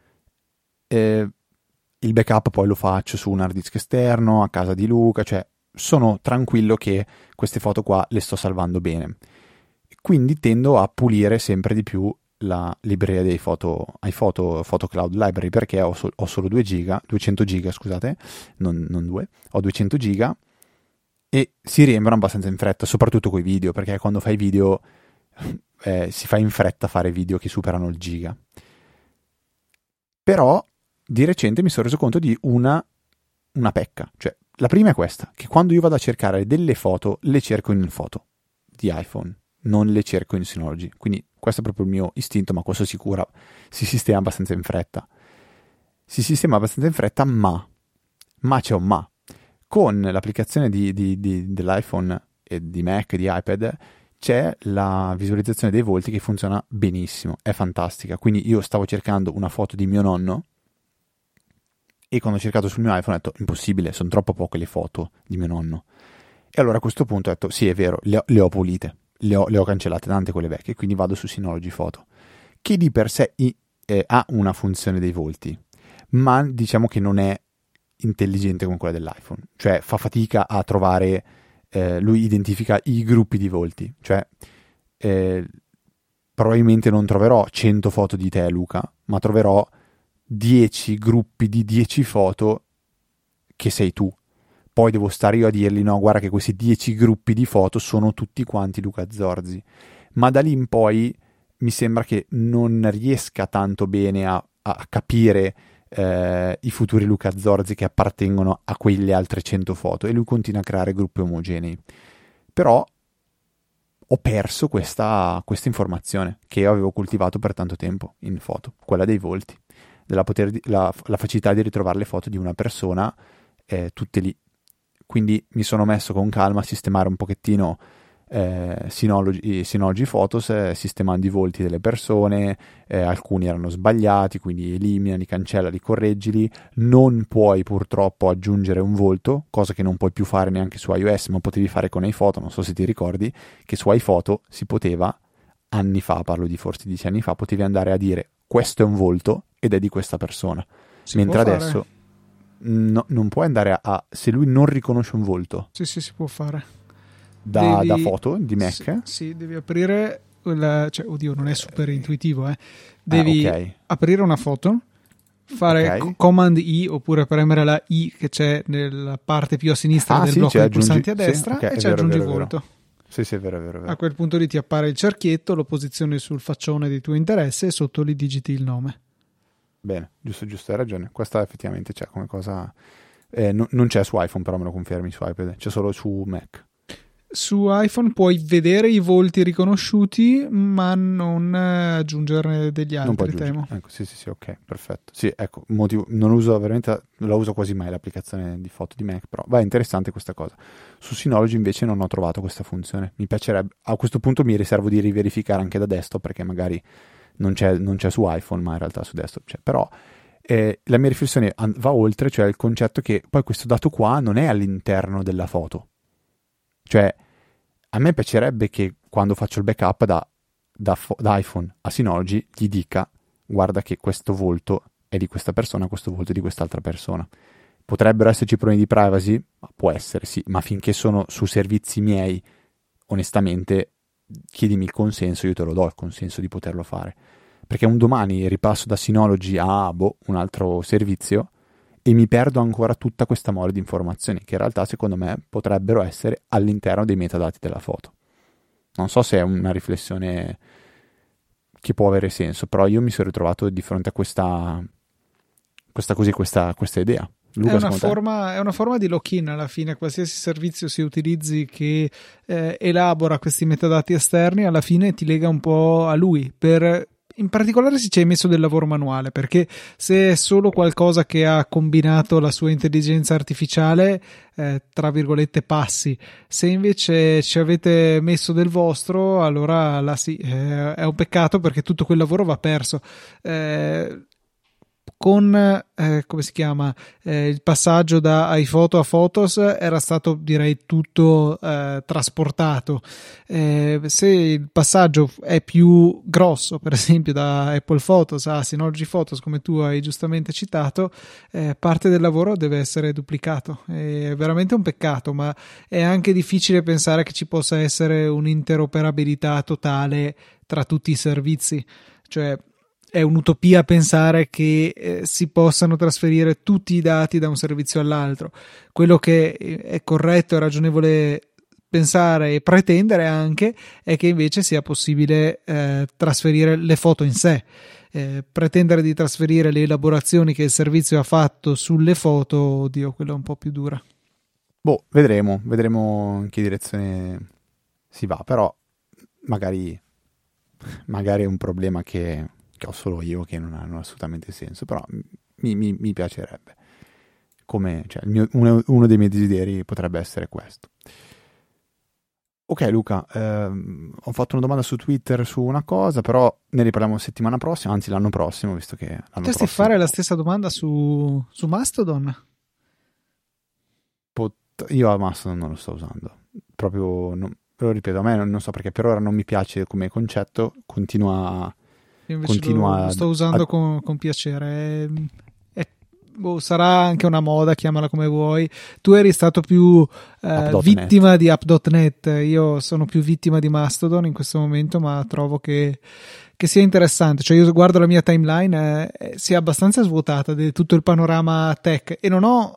Eh, il backup poi lo faccio su un hard disk esterno, a casa di Luca, cioè sono tranquillo che queste foto qua le sto salvando bene. Quindi tendo a pulire sempre di più la libreria dei foto, iPhoto Photo Cloud Library, perché ho, so, ho solo due giga, duecento giga scusate, non, non due, ho duecento giga e si riempiono abbastanza in fretta, soprattutto coi video, perché quando fai video eh, si fa in fretta a fare video che superano il giga. Però di recente mi sono reso conto di una, una pecca, cioè la prima è questa, che quando io vado a cercare delle foto, le cerco in foto di iPhone, non le cerco in Synology. Quindi questo è proprio il mio istinto, ma questo sicura si sistema abbastanza in fretta. Si sistema abbastanza in fretta, ma, ma c'è un ma. Con l'applicazione di, di, di, dell'iPhone e di Mac e di iPad c'è la visualizzazione dei volti che funziona benissimo, è fantastica. Quindi io stavo cercando una foto di mio nonno e quando ho cercato sul mio iPhone ho detto impossibile, sono troppo poche le foto di mio nonno. E allora a questo punto ho detto sì, è vero, le ho, le ho pulite, le ho, le ho cancellate tante quelle vecchie, quindi vado su Synology Photo, che di per sé i, eh, ha una funzione dei volti, ma diciamo che non è intelligente come quella dell'iPhone, cioè fa fatica a trovare, eh, lui identifica i gruppi di volti, cioè eh, probabilmente non troverò cento foto di te, Luca, ma troverò dieci gruppi di dieci foto che sei tu. Poi devo stare io a dirgli no, guarda che questi dieci gruppi di foto sono tutti quanti Luca Zorzi, ma da lì in poi mi sembra che non riesca tanto bene a, a capire eh, i futuri Luca Zorzi che appartengono a quelle altre cento foto, e lui continua a creare gruppi omogenei. Però ho perso questa, questa informazione che io avevo coltivato per tanto tempo in foto, quella dei volti, della poter, la, la facilità di ritrovare le foto di una persona eh, tutte lì. Quindi mi sono messo con calma a sistemare un pochettino eh, Synology, Synology Photos, eh, sistemando i volti delle persone, eh, alcuni erano sbagliati, quindi eliminali, cancellali, correggili. Non puoi purtroppo aggiungere un volto, cosa che non puoi più fare neanche su iOS, ma potevi fare con iPhoto. Non so se ti ricordi che su iPhoto si poteva, anni fa, parlo di forse dieci anni fa, potevi andare a dire questo è un volto ed è di questa persona, si mentre adesso no, non puoi andare a, a se lui non riconosce un volto. Sì, sì, si può fare. Da, devi, da foto di Mac? Sì, sì, devi aprire quella, cioè, oddio, non è super intuitivo, eh. Devi ah, okay. aprire una foto, fare okay. Command I oppure premere la I che c'è nella parte più a sinistra ah, del sì, blocco cioè, dei pulsanti aggiungi, a destra, sì, okay, e ci vero, aggiungi il vero, volto. Vero. Sì, sì, è vero, è vero, è vero. A quel punto lì ti appare il cerchietto, lo posizioni sul faccione di tuo interesse e sotto lì digiti il nome. Bene, giusto, giusto, hai ragione. Questa effettivamente c'è come cosa. Eh, no, non c'è su iPhone, però me lo confermi su iPad, c'è solo su Mac. Su iPhone puoi vedere i volti riconosciuti, ma non aggiungerne degli altri, temo. Ecco, sì, sì, sì, ok, perfetto. Sì, ecco, motivo, non uso veramente, non la uso quasi mai l'applicazione di foto di Mac, però va, è interessante questa cosa. Su Synology invece non ho trovato questa funzione. Mi piacerebbe, a questo punto mi riservo di riverificare anche da desktop, perché magari non c'è, non c'è su iPhone, ma in realtà su desktop c'è. Però eh, la mia riflessione va oltre, cioè il concetto che poi questo dato qua non è all'interno della foto. Cioè, a me piacerebbe che quando faccio il backup da, da, da iPhone a Synology gli dica guarda che questo volto è di questa persona, questo volto è di quest'altra persona. Potrebbero esserci problemi di privacy? Può essere, sì, ma finché sono su servizi miei, onestamente, chiedimi il consenso, io te lo do il consenso di poterlo fare. Perché un domani ripasso da Synology a boh, un altro servizio e mi perdo ancora tutta questa mole di informazioni che in realtà secondo me potrebbero essere all'interno dei metadati della foto. Non so se è una riflessione che può avere senso, però io mi sono ritrovato di fronte a questa questa così questa, questa idea. Luca, è, una forma, è una forma di lock-in alla fine. Qualsiasi servizio si utilizzi che eh, elabora questi metadati esterni alla fine ti lega un po' a lui, per in particolare se ci hai messo del lavoro manuale, perché se è solo qualcosa che ha combinato la sua intelligenza artificiale, eh, tra virgolette passi. Se invece ci avete messo del vostro, allora là sì, eh, è un peccato, perché tutto quel lavoro va perso. Eh, con eh, come si chiama eh, il passaggio da iPhoto a Photos era stato, direi, tutto eh, trasportato. Eh, se il passaggio è più grosso, per esempio da Apple Photos a Synology Photos, come tu hai giustamente citato, eh, parte del lavoro deve essere duplicato. È veramente un peccato, ma è anche difficile pensare che ci possa essere un'interoperabilità totale tra tutti i servizi. Cioè, è un'utopia pensare che eh, si possano trasferire tutti i dati da un servizio all'altro. Quello che è corretto e ragionevole pensare e pretendere anche è che invece sia possibile eh, trasferire le foto in sé. Eh, pretendere di trasferire le elaborazioni che il servizio ha fatto sulle foto, oddio, quello è un po' più dura. boh, vedremo, vedremo in che direzione si va, però magari, magari è un problema che, che ho solo io, che non ha, non ha assolutamente senso, però mi, mi, mi piacerebbe. Come, cioè, il mio, uno, uno dei miei desideri potrebbe essere questo. Ok Luca, ehm, ho fatto una domanda su Twitter su una cosa, però ne riparliamo settimana prossima, anzi l'anno prossimo, visto che l'anno Potresti prossimo... fare la stessa domanda su, su Mastodon? Pot- io a Mastodon non lo sto usando, proprio, non, lo ripeto, a me non, non so perché per ora non mi piace come concetto, continua, Io invece continua lo, lo sto a- usando a- con, con piacere. È- è- boh, sarà anche una moda, chiamala come vuoi. Tu eri stato più eh, App punto net. vittima di app punto net, io sono più vittima di Mastodon in questo momento, ma trovo che, che sia interessante. Cioè io guardo la mia timeline, eh, si è abbastanza svuotata di tutto il panorama tech e non ho...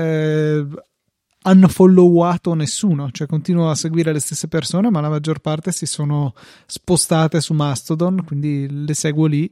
Eh, hanno followato nessuno, cioè continuo a seguire le stesse persone, ma la maggior parte si sono spostate su Mastodon, quindi le seguo lì.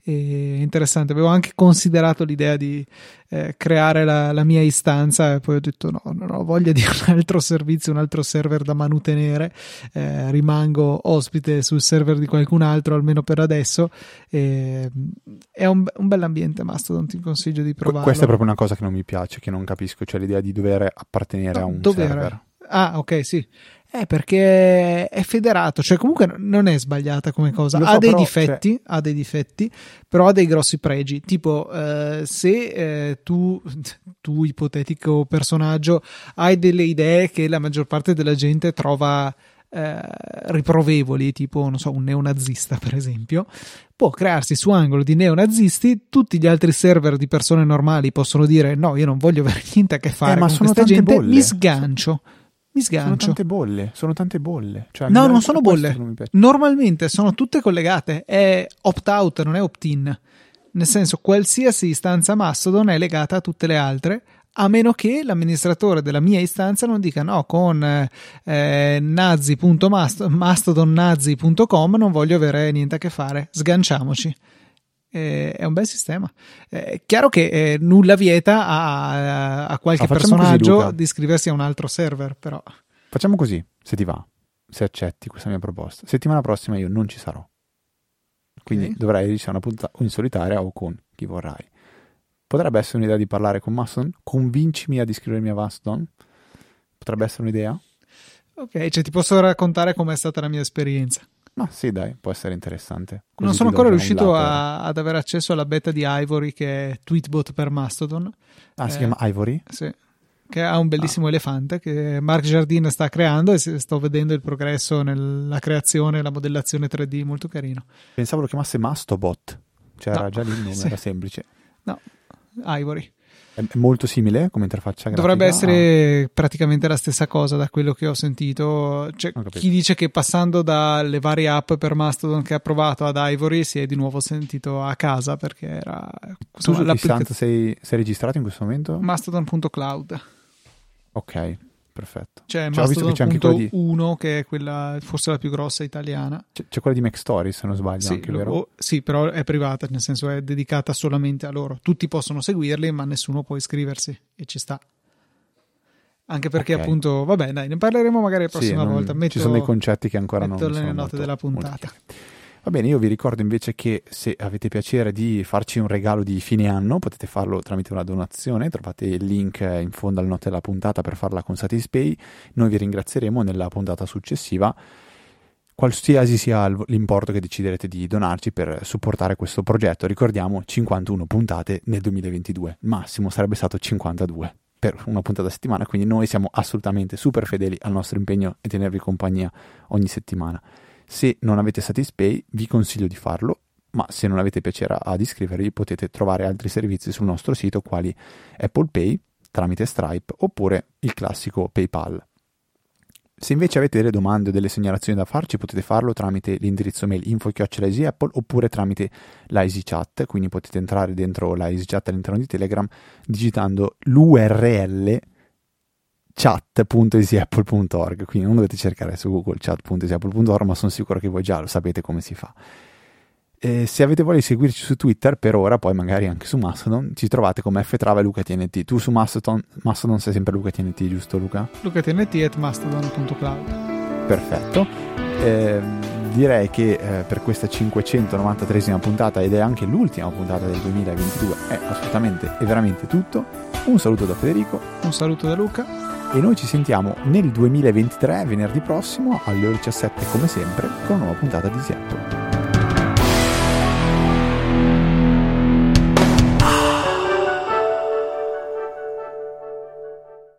E è interessante. Avevo anche considerato l'idea di eh, creare la, la mia istanza e poi ho detto no, non ho voglia di un altro servizio, un altro server da manutenere, eh, rimango ospite sul server di qualcun altro almeno per adesso. E, è un, un bell'ambiente Mastodon, ti consiglio di provarlo. Questa è proprio una cosa che non mi piace, che non capisco, cioè l'idea di dover appartenere No, a un dov'era? server. Ah, ok, sì. Eh, perché è federato, cioè comunque non è sbagliata come cosa. Lo Ha so, dei però, difetti, cioè- ha dei difetti, però ha dei grossi pregi. Tipo, eh, se eh, tu, tu, ipotetico personaggio, hai delle idee che la maggior parte della gente trova eh, riprovevoli, tipo, non so, un neonazista, per esempio, può crearsi su angolo di neonazisti, tutti gli altri server di persone normali possono dire no, io non voglio avere niente a che fare Eh, ma con sono questa tante gente, bolle. mi sgancio. Mi Sono sgancio. tante bolle, sono tante bolle. Cioè, No, mi- non è sono questo bolle. che non mi piace. Normalmente sono tutte collegate. È opt-out, non è opt-in. Nel senso, qualsiasi istanza Mastodon è legata a tutte le altre, a meno che l'amministratore della mia istanza non dica no, con eh, nazi punto mastodon nazi punto com non voglio avere niente a che fare. Sganciamoci. Eh, è un bel sistema. È chiaro che eh, nulla vieta a, a qualche Ah, facciamo così, personaggio Luca. di iscriversi a un altro server, però. Facciamo così, se ti va, se accetti questa mia proposta. Settimana prossima io non ci sarò. Quindi Ok. dovrai iniziare una puntata in solitaria o con chi vorrai. Potrebbe essere un'idea di parlare con Mastodon? Convincimi ad iscrivermi a Mastodon? Potrebbe essere un'idea? Ok, cioè ti posso raccontare com'è stata la mia esperienza. Ma sì, dai, può essere interessante. Così Non sono ti do ancora già un riuscito lato. a- ad avere accesso alla beta di Ivory, che è Tweetbot per Mastodon. Ah, si Eh, chiama Ivory? Sì, che ha un bellissimo Ah. elefante che Marc Jardin sta creando e si- sto vedendo il progresso nella creazione e la modellazione tre D, molto carino. Pensavo lo chiamasse Mastobot. Cioè No. era già lì il nome, Sì. era semplice. No, Ivory. È è molto simile come interfaccia grafica. Dovrebbe Ah, essere praticamente la stessa cosa da quello che ho sentito. C'è Ho capito. chi dice che passando dalle varie app per Mastodon che ha provato ad Ivory si è di nuovo sentito a casa perché era tu insomma, su che l'applica- istanza sei, sei registrato in questo momento? Mastodon punto cloud. Ok, perfetto. C'è Cioè, ho visto che c'è anche quella di, Mastodon punto uno che è quella forse la più grossa italiana. c'è, c'è quella di MacStories, se non sbaglio, Sì, anche, lo- vero? o- sì, però è privata, nel senso è dedicata solamente a loro. Tutti possono seguirli, ma nessuno può iscriversi e ci sta. Anche perché Ok. appunto, vabbè, dai, ne parleremo magari la Sì, prossima non- volta. Metto, ci sono dei concetti che ancora non metto sono nelle note molto- della molto puntata. chiari. Va bene, io vi ricordo invece che se avete piacere di farci un regalo di fine anno potete farlo tramite una donazione, trovate il link in fondo alle note della puntata per farla con Satispay. Noi vi ringrazieremo nella puntata successiva, qualsiasi sia il- l'importo che deciderete di donarci per supportare questo progetto. Ricordiamo cinquantuno puntate nel duemilaventidue, il massimo sarebbe stato cinquantadue per una puntata a settimana, quindi noi siamo assolutamente super fedeli al nostro impegno e tenervi compagnia ogni settimana. Se non avete Satispay vi consiglio di farlo, ma se non avete piacere ad iscrivervi potete trovare altri servizi sul nostro sito quali Apple Pay tramite Stripe oppure il classico PayPal. Se invece avete delle domande o delle segnalazioni da farci potete farlo tramite l'indirizzo mail info chiocciola easyapple oppure tramite la EasyChat, quindi potete entrare dentro la EasyChat all'interno di Telegram digitando l'U R L chat punto easyapple punto org, quindi non dovete cercare su Google chat punto easyapple punto org, ma sono sicuro che voi già lo sapete come si fa. Eh, se avete voglia di seguirci su Twitter, per ora, poi magari anche su Mastodon, ci trovate come ftrava e LucaTNT. Tu su Mastodon, Mastodon sei sempre LucaTNT, giusto Luca? LucaTNT at mastodon punto cloud. Perfetto. Eh, direi che eh, per questa cinquecentonovantatreesima puntata, ed è anche l'ultima puntata del duemilaventidue, è assolutamente e veramente tutto. Un saluto da Federico. Un saluto da Luca. E noi ci sentiamo nel duemilaventitré, venerdì prossimo, alle ore diciassette come sempre, con una nuova puntata di Easy Apple.